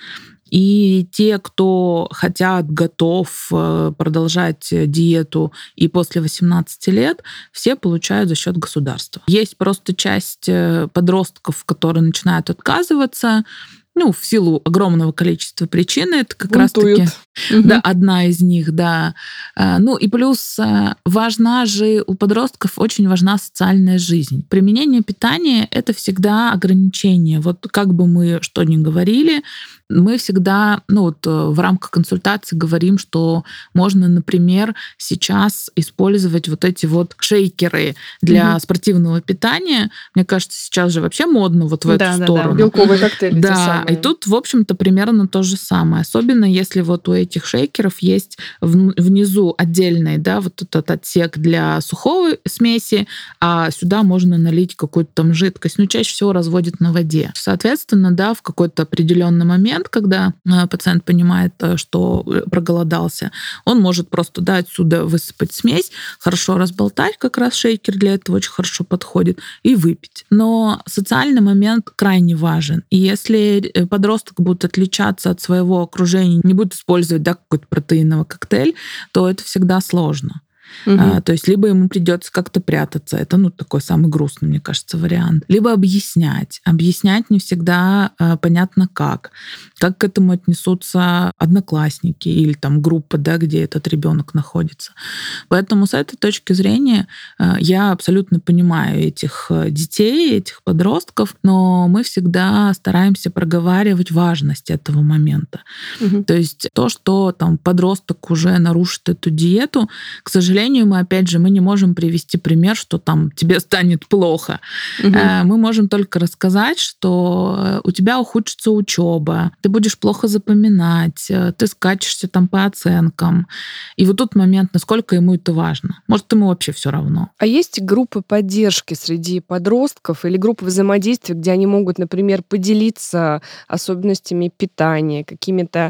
И те, кто хотят, готов продолжать диету и после восемнадцати лет, все получают за счет государства. Есть просто часть подростков, которые начинают отказываться, ну, в силу огромного количества причин. Это как Бунтуют. раз-таки Угу. да, одна из них, да. Ну и плюс важна же у подростков, очень важна социальная жизнь. Применение питания — это всегда ограничение. Вот как бы мы что ни говорили, мы всегда, ну вот в рамках консультации говорим, что можно, например, сейчас использовать вот эти вот шейкеры для угу. спортивного питания. Мне кажется, сейчас же вообще модно вот в да, эту да, сторону. Да, белковые коктейли. Да, и тут, в общем-то, примерно то же самое. Особенно если вот у этих шейкеров есть внизу отдельный, да, вот этот отсек для сухой смеси, а сюда можно налить какую-то там жидкость. Ну, чаще всего разводят на воде. Соответственно, да, в какой-то определенный момент, когда пациент понимает, что проголодался, он может просто, да, отсюда высыпать смесь, хорошо разболтать, как раз шейкер для этого очень хорошо подходит, и выпить. Но социальный момент крайне важен. И если подросток будет отличаться от своего окружения, не будет использовать, да, какой-то протеиновый коктейль, то это всегда сложно. Угу. А, то есть либо ему придется как-то прятаться, это, ну, такой самый грустный, мне кажется, вариант. Либо объяснять. Объяснять не всегда а, понятно как. Как к этому отнесутся одноклассники или там группа, да, где этот ребенок находится. Поэтому с этой точки зрения а, я абсолютно понимаю этих детей, этих подростков, но мы всегда стараемся проговаривать важность этого момента. Угу. То есть то, что там подросток уже нарушит эту диету, к сожалению, К сожалению, мы, опять же, мы не можем привести пример, что там тебе станет плохо. Угу. Мы можем только рассказать, что у тебя ухудшится учеба, ты будешь плохо запоминать, ты скачешься там по оценкам. И вот тут момент, насколько ему это важно. Может, ему вообще все равно. А есть группы поддержки среди подростков или группы взаимодействия, где они могут, например, поделиться особенностями питания, какими-то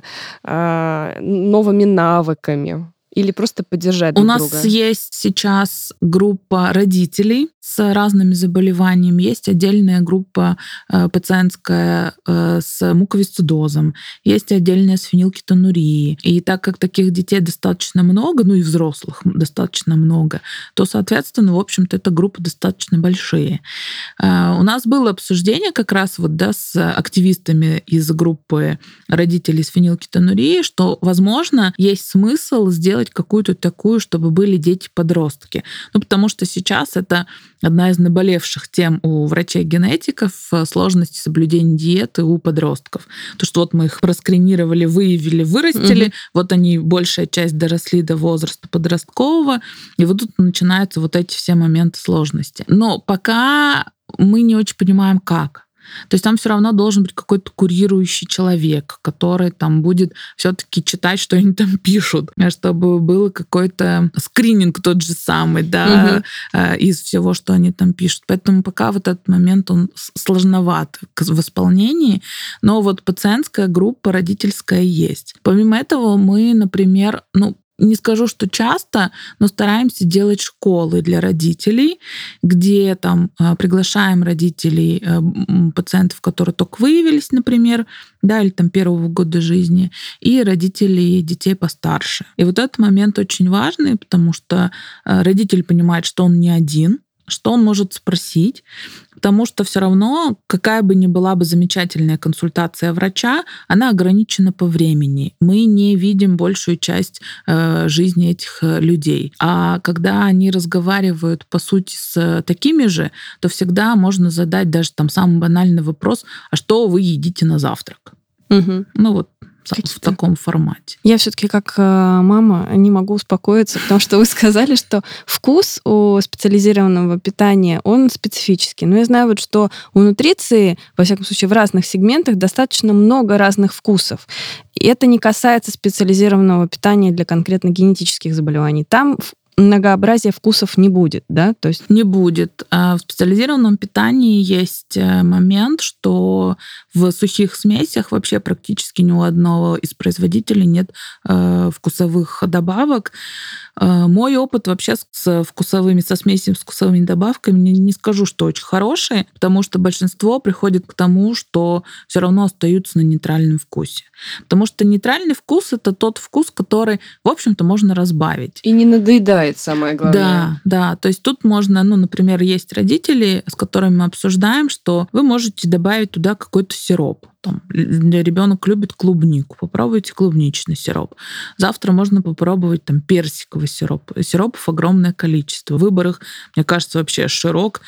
э, новыми навыками? Или просто поддержать друг друга? У друга? нас есть сейчас группа родителей с разными заболеваниями, есть отдельная группа э, пациентская э, с муковисцидозом, есть отдельная с фенилкетонурией. И так как таких детей достаточно много, ну и взрослых достаточно много, то, соответственно, в общем-то, эта группа достаточно большие. Э, у нас было обсуждение как раз вот, да, с активистами из группы родителей с фенилкетонурией, что, возможно, есть смысл сделать какую-то такую, чтобы были дети-подростки. Ну, потому что сейчас это одна из наболевших тем у врачей-генетиков — сложности соблюдения диеты у подростков. То, что вот мы их проскринировали, выявили, вырастили, угу. вот они, большая часть доросли до возраста подросткового, и вот тут начинаются вот эти все моменты сложности. Но пока мы не очень понимаем, как. То есть там все равно должен быть какой-то курирующий человек, который там будет все-таки читать, что они там пишут, чтобы был какой-то скрининг тот же самый, да, угу. из всего, что они там пишут. Поэтому пока вот этот момент, он сложноват в исполнении, но вот пациентская группа родительская есть. Помимо этого мы, например, ну, не скажу, что часто, но стараемся делать школы для родителей, где там приглашаем родителей пациентов, которые только выявились, например, да, или там первого года жизни, и родителей детей постарше. И вот этот момент очень важный, потому что родитель понимает, что он не один, что он может спросить, потому что все равно, какая бы ни была бы замечательная консультация врача, она ограничена по времени. Мы не видим большую часть э, жизни этих людей. А когда они разговаривают, по сути, с такими же, то всегда можно задать даже там самый банальный вопрос: а что вы едите на завтрак? Угу. Ну вот, в таком формате. Я все-таки как мама не могу успокоиться, потому что вы сказали, что вкус у специализированного питания, он специфический. Но я знаю, вот, что у нутриции, во всяком случае, в разных сегментах достаточно много разных вкусов. И это не касается специализированного питания для конкретно генетических заболеваний. Там многообразия вкусов не будет, да? То есть... Не будет. В специализированном питании есть момент, что в сухих смесях вообще практически ни у одного из производителей нет вкусовых добавок. Мой опыт вообще с вкусовыми, со смесями, с вкусовыми добавками, не, не скажу, что очень хороший, потому что большинство приходит к тому, что все равно остаются на нейтральном вкусе. Потому что нейтральный вкус — это тот вкус, который, в общем-то, можно разбавить. И не надоедает, самое главное. Да, да. То есть тут можно, ну, например, есть родители, с которыми мы обсуждаем, что вы можете добавить туда какой-то сироп. Там, ребенок любит клубнику, попробуйте клубничный сироп. Завтра можно попробовать там персиковый сироп. Сиропов огромное количество. Выбор их, мне кажется, вообще широк,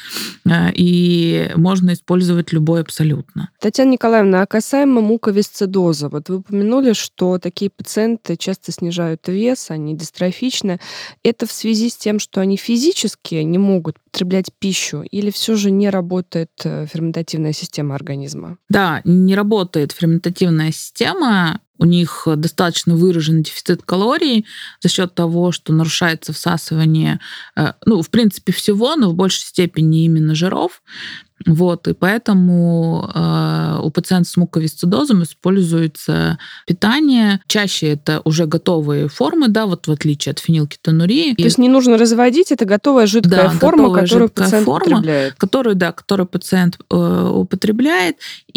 и можно использовать любой абсолютно. Татьяна Николаевна, а касаемо муковисцидоза, вот вы упомянули, что такие пациенты часто снижают вес, они дистрофичны. Это в связи с тем, что они физически не могут потреблять пищу, или все же не работает ферментативная система организма? Да, не работает ферментативная система. У них достаточно выраженный дефицит калорий за счет того, что нарушается всасывание, ну, в принципе, всего, но в большей степени именно жиров. Вот, и поэтому э, у пациентов с муковисцидозом используется питание. Чаще это уже готовые формы, да, вот в отличие от фенилкетонурии. То есть не нужно разводить, это готовая жидкая да, форма, готовая которую жидкая пациент форма, употребляет. Которую, да, которую пациент э, употребляет,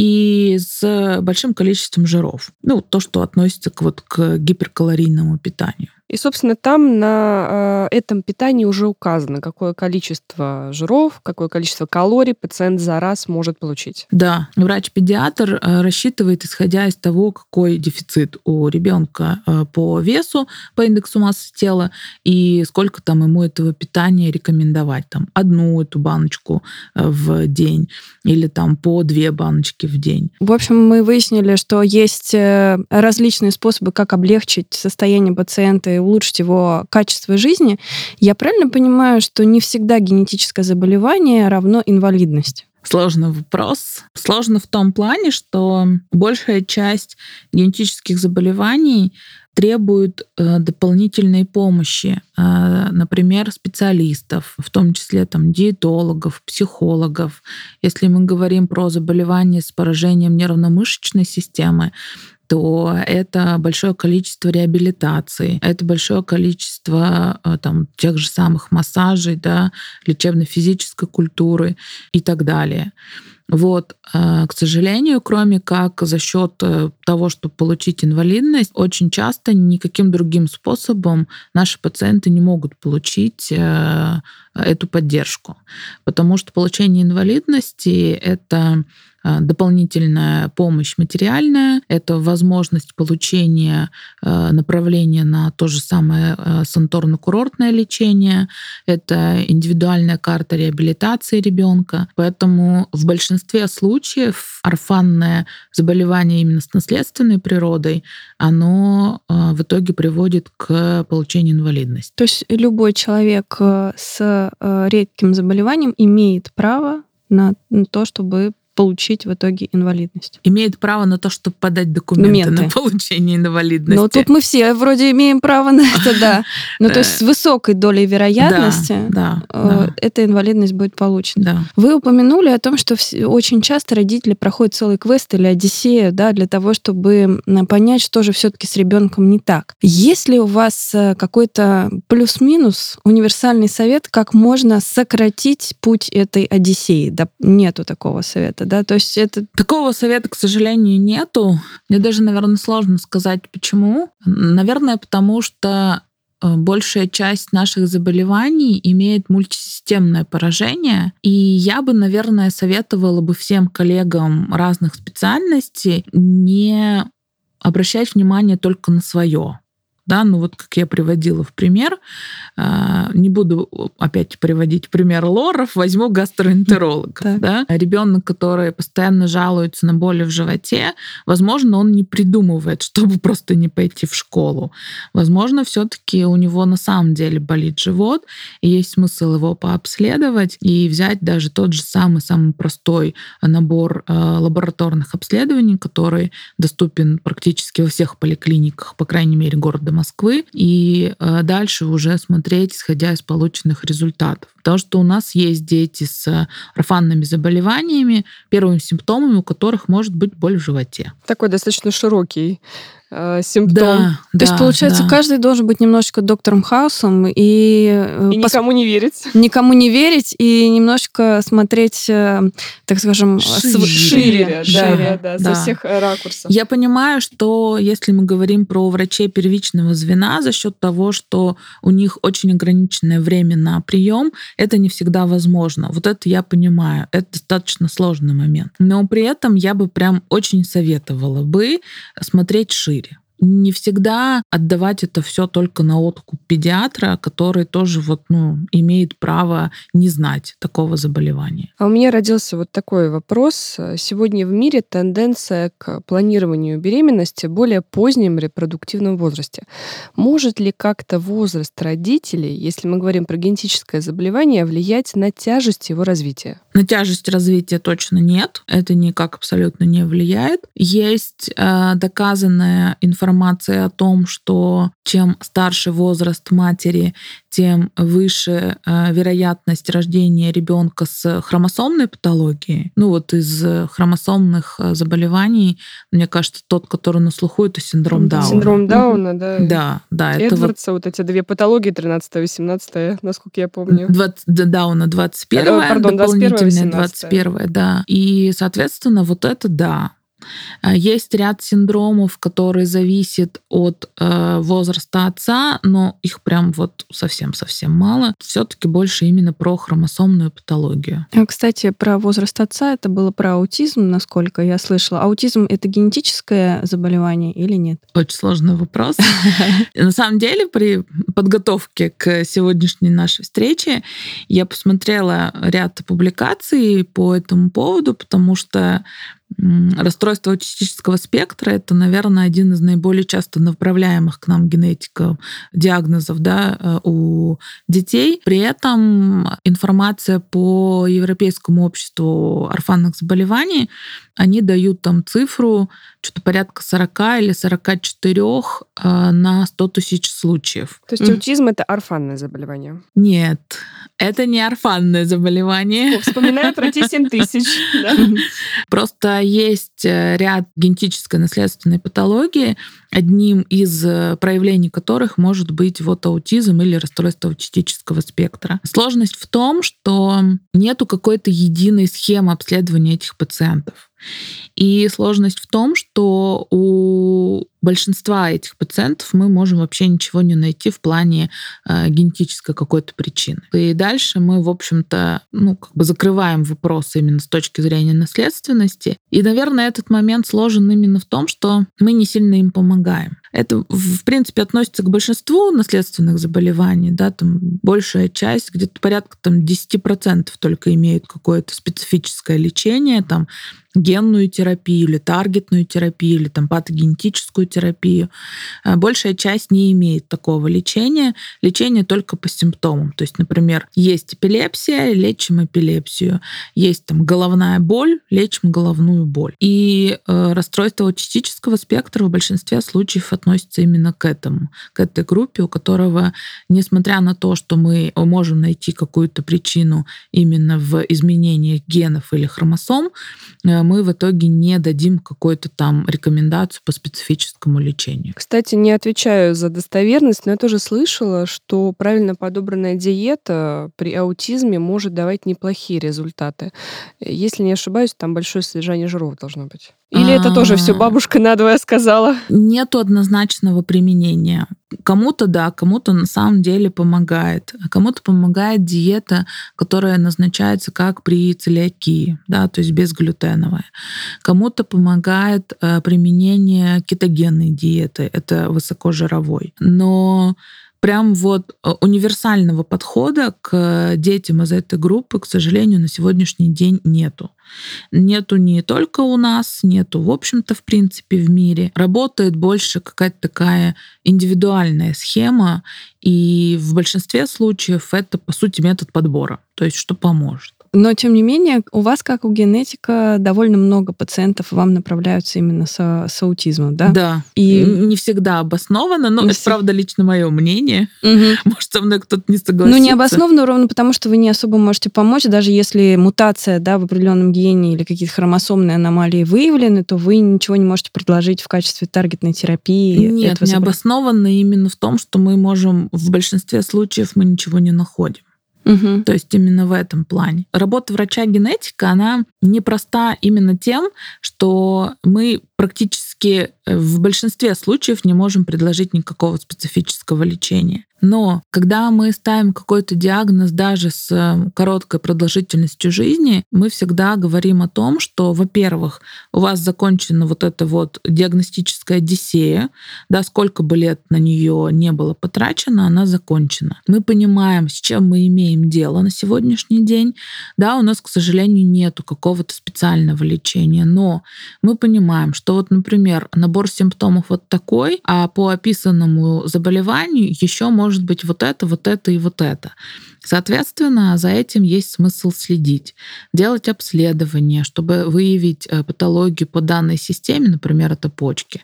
и с большим количеством жиров. Ну, то, что относится к, вот, к гиперкалорийному питанию. И, собственно, там на э, этом питании уже указано, какое количество жиров, какое количество калорий пациент за раз может получить. Да, врач-педиатр э, рассчитывает, исходя из того, какой дефицит у ребенка э, по весу, по индексу массы тела, и сколько там ему этого питания рекомендовать. Там одну эту баночку э, в день или там по две баночки в день. В общем, мы выяснили, что есть различные способы, как облегчить состояние пациента и улучшить его качество жизни. Я правильно понимаю, что не всегда генетическое заболевание равно инвалидности? Сложный вопрос. Сложно в том плане, что большая часть генетических заболеваний требует э, дополнительной помощи, э, например, специалистов, в том числе там, диетологов, психологов. Если мы говорим про заболевания с поражением нервно-мышечной системы, то это большое количество реабилитации, это большое количество там, тех же самых массажей, да, лечебно-физической культуры и так далее. Вот, к сожалению, кроме как за счет того, чтобы получить инвалидность, очень часто никаким другим способом наши пациенты не могут получить эту поддержку, потому что получение инвалидности — это дополнительная помощь материальная, это возможность получения направления на то же самое санаторно-курортное лечение, это индивидуальная карта реабилитации ребенка. Поэтому в большинстве случаев орфанное заболевание именно с наследственной природой, оно в итоге приводит к получению инвалидности. То есть любой человек с редким заболеванием имеет право на то, чтобы получить в итоге инвалидность. Имеет право на то, чтобы подать документы, документы. на получение инвалидности. Ну, тут мы все вроде имеем право на это, да. Ну, то есть с высокой долей вероятности эта инвалидность будет получена. Вы упомянули о том, что очень часто родители проходят целый квест или одиссею, да, для того, чтобы понять, что же все-таки с ребенком не так. Есть ли у вас какой-то плюс-минус универсальный совет, как можно сократить путь этой одиссеи? Да, нету такого совета. Да? То есть это... Такого совета, к сожалению, нету. Мне даже, наверное, сложно сказать, почему. Наверное, потому что большая часть наших заболеваний имеет мультисистемное поражение. И я бы, наверное, советовала бы всем коллегам разных специальностей не обращать внимание только на свое. Да, ну вот как я приводила в пример, не буду опять приводить пример лоров, возьму гастроэнтеролога. Да? Ребенок, который постоянно жалуется на боли в животе, возможно, он не придумывает, чтобы просто не пойти в школу. Возможно, все-таки у него на самом деле болит живот, и есть смысл его пообследовать и взять даже тот же самый, самый простой набор лабораторных обследований, который доступен практически во всех поликлиниках, по крайней мере, города Москвы, Москвы, и дальше уже смотреть, исходя из полученных результатов. Потому что у нас есть дети с орфанными заболеваниями, первыми симптомами у которых может быть боль в животе. Такой достаточно широкий э, симптом. Да, То да, есть, получается, да. каждый должен быть немножечко доктором Хаусом и... И пос... никому не верить. Никому не верить и немножко смотреть, так скажем, шире, шире, шире, да, да, да. со всех ракурсов. Я понимаю, что если мы говорим про врачей первичного звена, за счет того, что у них очень ограниченное время на прием, это не всегда возможно. Вот это я понимаю. Это достаточно сложный момент. Но при этом я бы прям очень советовала бы смотреть шире. Не всегда отдавать это все только на откуп педиатра, который тоже вот, ну, имеет право не знать такого заболевания. А у меня родился вот такой вопрос. Сегодня в мире тенденция к планированию беременности в более позднем репродуктивном возрасте. Может ли как-то возраст родителей, если мы говорим про генетическое заболевание, влиять на тяжесть его развития? На тяжесть развития точно нет. Это никак абсолютно не влияет. Есть э, доказанная информация о том, что чем старше возраст матери, тем выше э, вероятность рождения ребенка с хромосомной патологией. Ну вот из хромосомных заболеваний, мне кажется, тот, который на слуху, это синдром Дауна. Синдром Дауна, да. Да, да. Эдвардса, вот... вот эти две патологии, тринадцатая-восемнадцатая, насколько я помню. двадцать, Дауна двадцать первая, Пардон, дополнительная двадцать первая, да. И, соответственно, вот это да. Есть ряд синдромов, которые зависят от э, возраста отца, но их прям вот совсем-совсем мало. Все-таки больше именно про хромосомную патологию. Кстати, про возраст отца, это было про аутизм, насколько я слышала. Аутизм — это генетическое заболевание или нет? Очень сложный вопрос. На самом деле, при подготовке к сегодняшней нашей встрече я посмотрела ряд публикаций по этому поводу, потому что расстройство аутистического спектра — это, наверное, один из наиболее часто направляемых к нам генетиков диагнозов, да, у детей. При этом информация по Европейскому обществу орфанных заболеваний, они дают там цифру что-то порядка сорок или сорок четыре на сто тысяч случаев. То есть mm. аутизм — это орфанное заболевание? Нет, это не орфанное заболевание. О, вспоминаю про те семь тысяч. Просто есть ряд генетической наследственной патологии, одним из проявлений которых может быть вот аутизм или расстройство аутистического спектра. Сложность в том, что нету какой-то единой схемы обследования этих пациентов. И сложность в том, что у большинства этих пациентов мы можем вообще ничего не найти в плане э, генетической какой-то причины. И дальше мы, в общем-то, ну, как бы закрываем вопрос именно с точки зрения наследственности. И, наверное, этот момент сложен именно в том, что мы не сильно им помогаем. Это, в принципе, относится к большинству наследственных заболеваний. Да, там большая часть, где-то порядка там, десять процентов только имеют какое-то специфическое лечение, там, генную терапию или таргетную терапию, или там, патогенетическую терапию. Большая часть не имеет такого лечения. Лечение только по симптомам. То есть, например, есть эпилепсия, лечим эпилепсию. Есть там головная боль, лечим головную боль. И э, расстройство аутистического спектра в большинстве случаев относится именно к этому, к этой группе, у которого, несмотря на то, что мы можем найти какую-то причину именно в изменениях генов или хромосом, мы в итоге не дадим какую-то там рекомендацию по специфическому лечению. Кстати, не отвечаю за достоверность, но я тоже слышала, что правильно подобранная диета при аутизме может давать неплохие результаты. Если не ошибаюсь, там большое содержание жиров должно быть. Или это тоже все бабушка надвое сказала? Нету однозначного применения. Кому-то да, кому-то на самом деле помогает. А кому-то помогает диета, которая назначается как при целиакии, да, то есть безглютеновая. Кому-то помогает э, применение кетогенной диеты, это высокожировой. Но прям вот универсального подхода к детям из этой группы, к сожалению, на сегодняшний день нету. Нету не только у нас, нету, в общем-то, в принципе, в мире. Работает больше какая-то такая индивидуальная схема, и в большинстве случаев это, по сути, метод подбора, то есть что поможет. Но, тем не менее, у вас, как у генетика, довольно много пациентов вам направляются именно с, с аутизмом, да? Да. И не всегда обоснованно, но Не это, всег- правда, лично мое мнение. Мгм. Может, со мной кто-то не Ну, согласится. не обоснованно ровно потому, что вы не особо можете помочь. Даже если мутация, да, в определенном гене или какие-то хромосомные аномалии выявлены, то вы ничего не можете предложить в качестве таргетной терапии. Нет, этого не заболевания. обоснованно именно в том, что мы можем, в большинстве случаев мы ничего не находим. Мгм. То есть именно в этом плане. Работа врача-генетика, она непроста именно тем, что мы практически в большинстве случаев не можем предложить никакого специфического лечения. Но когда мы ставим какой-то диагноз даже с короткой продолжительностью жизни, мы всегда говорим о том, что, во-первых, у вас закончена вот эта вот диагностическая одиссея, да, сколько бы лет на нее не было потрачено, она закончена. Мы понимаем, с чем мы имеем дело на сегодняшний день. Да, у нас, к сожалению, нету какого-то специального лечения, но мы понимаем, что вот, например, набор симптомов вот такой, а по описанному заболеванию еще может быть вот это, вот это и вот это. Соответственно, за этим есть смысл следить, делать обследование, чтобы выявить патологию по данной системе, например, это почки,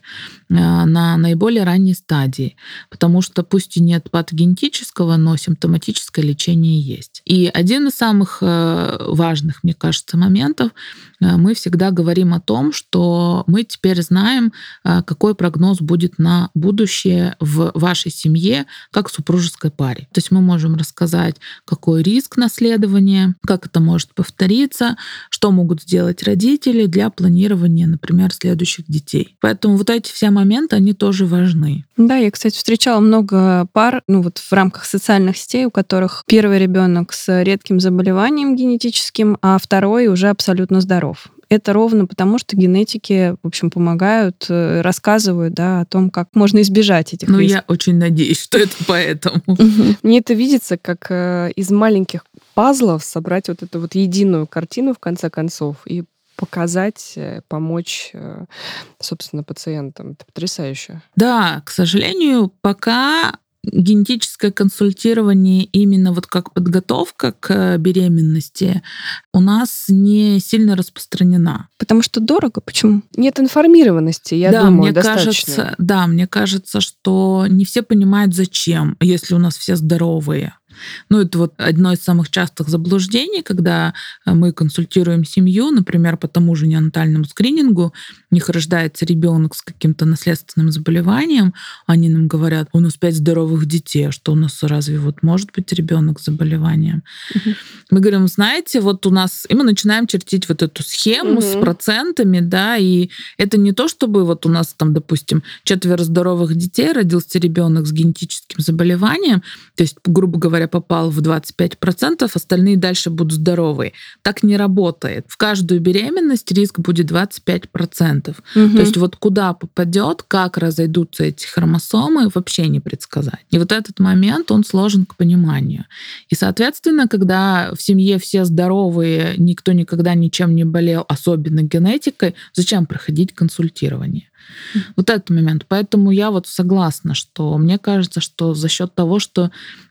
на наиболее ранней стадии, потому что пусть и нет патогенетического, но симптоматическое лечение есть. И один из самых важных, мне кажется, моментов, мы всегда говорим о том, что мы теперь знаем, какой прогноз будет на будущее в вашей семье, как в супружеской паре. То есть мы можем рассказать, какой риск наследования, как это может повториться, что могут сделать родители для планирования, например, следующих детей. Поэтому вот эти все моменты, они тоже важны. Да, я, кстати, встречала много пар, ну вот в рамках социальных сетей, у которых первый ребенок с редким заболеванием генетическим, а второй уже абсолютно здоров. Это ровно потому, что генетики, в общем, помогают, рассказывают, да, о том, как можно избежать этих Ну, рисков. я очень надеюсь, что это поэтому. Мне это видится, как э, из маленьких пазлов собрать вот эту вот единую картину, в конце концов, и показать, э, помочь, э, собственно, пациентам. Это потрясающе. Да, к сожалению, пока генетическое консультирование именно вот как подготовка к беременности у нас не сильно распространена. Потому что дорого. Почему? Нет информированности, я да, думаю, мне достаточно. кажется, да, мне кажется, что не все понимают, зачем, если у нас все здоровые. Ну, это вот одно из самых частых заблуждений, когда мы консультируем семью, например, по тому же неонатальному скринингу, у них рождается ребенок с каким-то наследственным заболеванием, они нам говорят: у нас пять здоровых детей, а что у нас разве вот может быть ребенок с заболеванием? Uh-huh. Мы говорим: знаете, вот у нас, и мы начинаем чертить вот эту схему uh-huh. с процентами, да, и это не то, чтобы вот у нас там, допустим, четверо здоровых детей, родился ребенок с генетическим заболеванием, то есть, грубо говоря, попал в двадцать пять процентов, остальные дальше будут здоровые. Так не работает. В каждую беременность риск будет двадцать пять процентов. Угу. То есть вот куда попадет, как разойдутся эти хромосомы, вообще не предсказать. И вот этот момент, он сложен к пониманию. И, соответственно, когда в семье все здоровые, никто никогда ничем не болел, особенно генетикой, зачем проходить консультирование? Mm-hmm. Вот этот момент. Поэтому я вот согласна, что мне кажется, что за счет того, что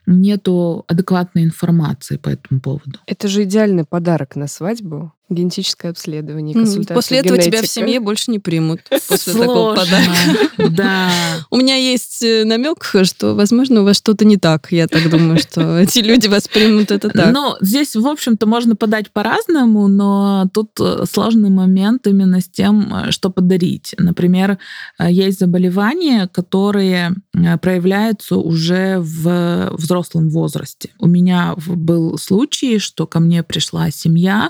нету адекватной информации по этому поводу. Это же идеальный подарок на свадьбу. Генетическое обследование, консультация. После этого генетика. тебя в семье больше не примут. После Сложно. такого подарка. Да. У меня есть намек, что, возможно, у вас что-то не так. Я так думаю, что эти люди воспримут это так. Ну, здесь, в общем-то, можно подать по-разному, но тут сложный момент именно с тем, что подарить. Например, есть заболевания, которые проявляются уже в взрослом возрасте. У меня был случай, что ко мне пришла семья,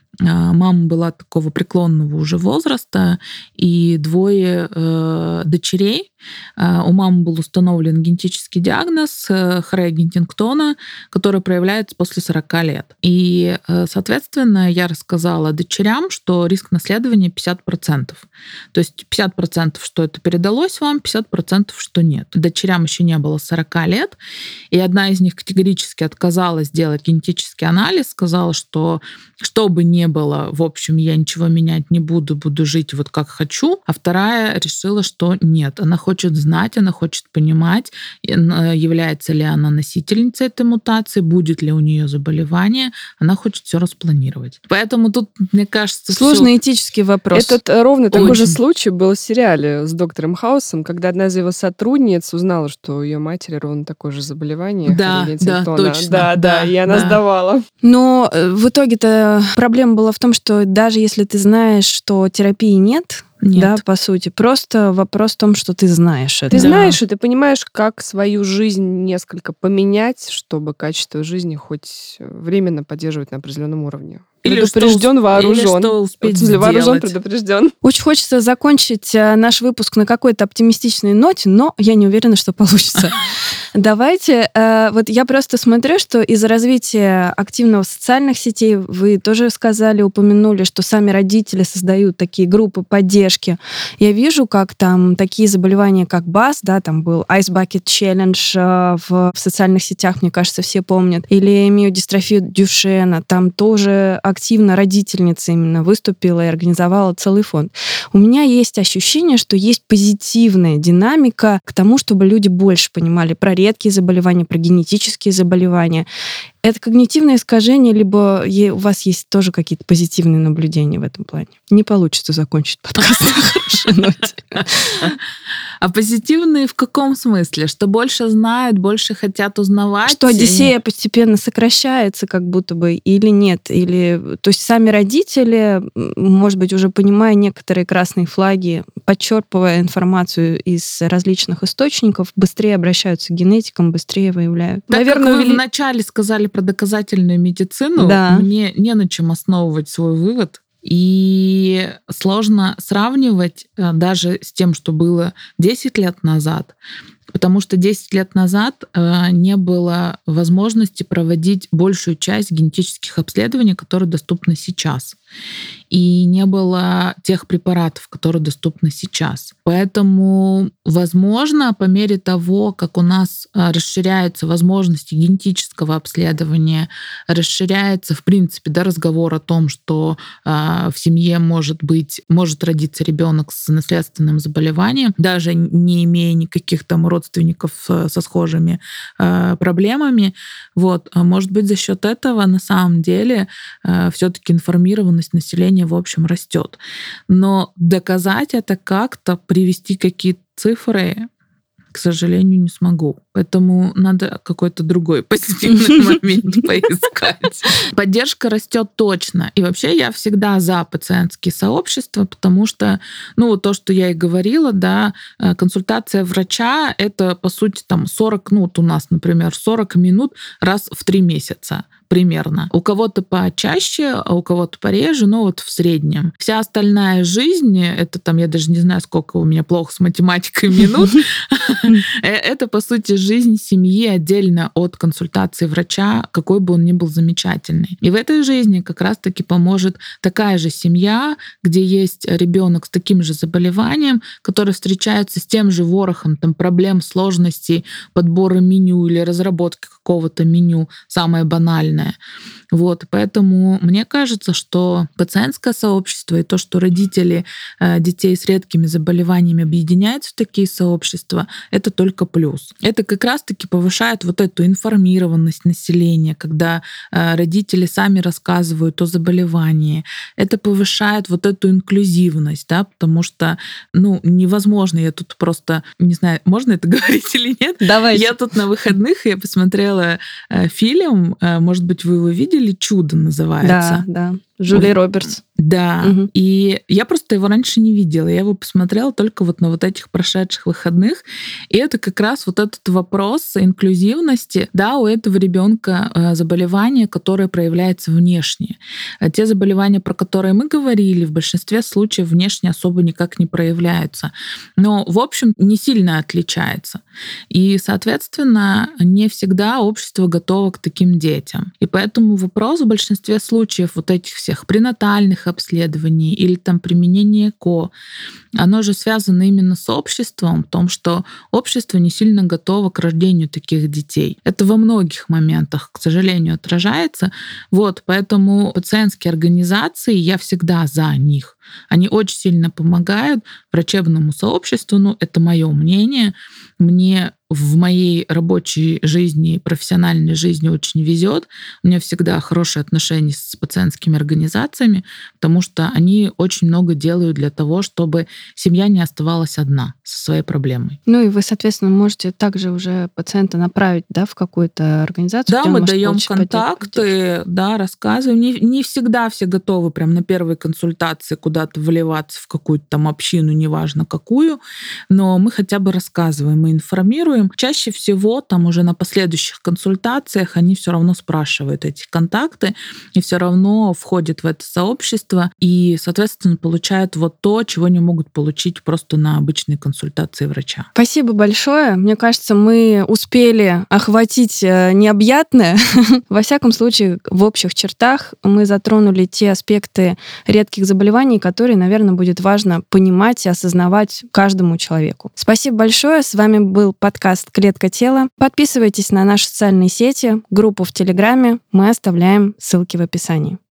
мама была такого преклонного уже возраста, и двое э, дочерей. У мамы был установлен генетический диагноз Хрея Гентингтона, который проявляется после сорока лет. И, соответственно, я рассказала дочерям, что риск наследования пятьдесят процентов. То есть пятьдесят процентов, что это передалось вам, пятьдесят процентов, что нет. Дочерям еще не было сорока лет, и одна из них категорически отказалась делать генетический анализ, сказала, что что бы ни не было, в общем, я ничего менять не буду, буду жить вот как хочу. А вторая решила, что нет, она хочет знать, она хочет понимать, является ли она носительницей этой мутации, будет ли у нее заболевание, она хочет все распланировать. Поэтому тут, мне кажется, сложный всё... этический вопрос. Этот ровно такой Очень. же случай был в сериале с доктором Хаусом, когда одна из его сотрудниц узнала, что у ее матери ровно такое же заболевание. Да, да, точно. Да, да, Да, и она да. сдавала. Но э, в итоге-то проблема была в том, что даже если ты знаешь, что терапии нет, Нет. да, по сути, просто вопрос в том, что ты знаешь это. Ты Да. знаешь, и ты понимаешь, как свою жизнь несколько поменять, чтобы качество жизни хоть временно поддерживать на определенном уровне. Или Предупрежден, что, вооружен. Или что успеть Вот, вооружен, сделать. предупрежден. Очень хочется закончить э, наш выпуск на какой-то оптимистичной ноте, но я не уверена, что получится. Давайте, э, вот я просто смотрю, что из-за развития активного социальных сетей, вы тоже сказали, упомянули, что сами родители создают такие группы поддержки. Я вижу, как там такие заболевания, как БАС, да, там был Ice Bucket Challenge э, в, в социальных сетях, мне кажется, все помнят, или миодистрофию Дюшена, там тоже активно родительница именно выступила и организовала целый фонд. У меня есть ощущение, что есть позитивная динамика к тому, чтобы люди больше понимали про редкие заболевания, про генетические заболевания. Это когнитивное искажение, либо е- у вас есть тоже какие-то позитивные наблюдения в этом плане? Не получится закончить подкаст на хорошей ноте. А позитивные в каком смысле? Что больше знают, больше хотят узнавать? Что Одиссея постепенно сокращается, как будто бы, или нет? Или, то есть сами родители, может быть, уже понимая некоторые красные флаги, подчерпывая информацию из различных источников, быстрее обращаются к генетикам, быстрее выявляют. Так Наверное, как вы увели- вначале сказали про доказательную медицину, Да. мне не на чем основывать свой вывод. И сложно сравнивать э, даже с тем, что было десять лет назад, потому что десять лет назад э, не было возможности проводить большую часть генетических обследований, которые доступны сейчас. И не было тех препаратов, которые доступны сейчас. Поэтому, возможно, по мере того, как у нас э, расширяются возможности генетического обследования, расширяется, в принципе, да, разговор о том, что э, в семье может быть, может родиться ребенок с наследственным заболеванием, даже не имея никаких там родственников со схожими э, проблемами. Вот. А может быть, за счет этого на самом деле э, все-таки информированность населения в общем растет. Но доказать это как-то, привести какие-то цифры, к сожалению, не смогу. Поэтому надо какой-то другой позитивный момент поискать. Поддержка растет точно. И вообще я всегда за пациентские сообщества, потому что, ну, вот то, что я и говорила, да, консультация врача — это, по сути, там сорок, ну, вот у нас, например, сорок минут раз в три месяца. Примерно. У кого-то почаще, а у кого-то пореже, но вот в среднем. Вся остальная жизнь, это там, я даже не знаю, сколько у меня плохо с математикой минут, это, по сути, жизнь семьи отдельно от консультации врача, какой бы он ни был замечательный. И в этой жизни как раз-таки поможет такая же семья, где есть ребенок с таким же заболеванием, который встречается с тем же ворохом там, проблем, сложностей, подбора меню или разработки какого-то меню, самое банальное. Вот, поэтому мне кажется, что пациентское сообщество и то, что родители э, детей с редкими заболеваниями объединяются в такие сообщества, это только плюс. Это как раз-таки повышает вот эту информированность населения, когда э, родители сами рассказывают о заболевании. Это повышает вот эту инклюзивность, да, потому что, ну, невозможно, я тут просто, не знаю, можно это говорить или нет? Давайте. Я тут на выходных, я посмотрела э, фильм, э, может быть, вы его видели, «Чудо» называется. Да, да. Джулия Робертс. Да. Угу. И я просто его раньше не видела. Я его посмотрела только вот на вот этих прошедших выходных. И это как раз вот этот вопрос инклюзивности. Да, у этого ребенка заболевание, которое проявляется внешне. Те заболевания, про которые мы говорили, в большинстве случаев внешне особо никак не проявляются. Но, в общем, не сильно отличается. И, соответственно, не всегда общество готово к таким детям. И поэтому вопрос в большинстве случаев вот этих всех пренатальных обследований или там применение ЭКО, оно же связано именно с обществом, в том, что общество не сильно готово к рождению таких детей. Это во многих моментах, к сожалению, отражается. Вот, поэтому пациентские организации, я всегда за них. Они очень сильно помогают врачебному сообществу, ну, это мое мнение. Мне в моей рабочей жизни, профессиональной жизни очень везет. У меня всегда хорошие отношения с пациентскими организациями, потому что они очень много делают для того, чтобы семья не оставалась одна со своей проблемой. Ну и вы, соответственно, можете также уже пациента направить, да, в какую-то организацию. Да, мы даем контакты, да, рассказываем. Не, не всегда все готовы прям на первой консультации куда-то вливаться в какую-то там общину, неважно какую, но мы хотя бы рассказываем, мы информируем. Чаще всего там уже на последующих консультациях они все равно спрашивают эти контакты и все равно входят в это сообщество и, соответственно, получают вот то, чего не могут получить просто на обычной консультации врача. Спасибо большое. Мне кажется, мы успели охватить необъятное. Во всяком случае, в общих чертах мы затронули те аспекты редких заболеваний, которые, наверное, будет важно понимать и осознавать каждому человеку. Спасибо большое. С вами был подкаст «Клетка тела». Подписывайтесь на наши социальные сети, группу в Телеграме. Мы оставляем ссылки в описании.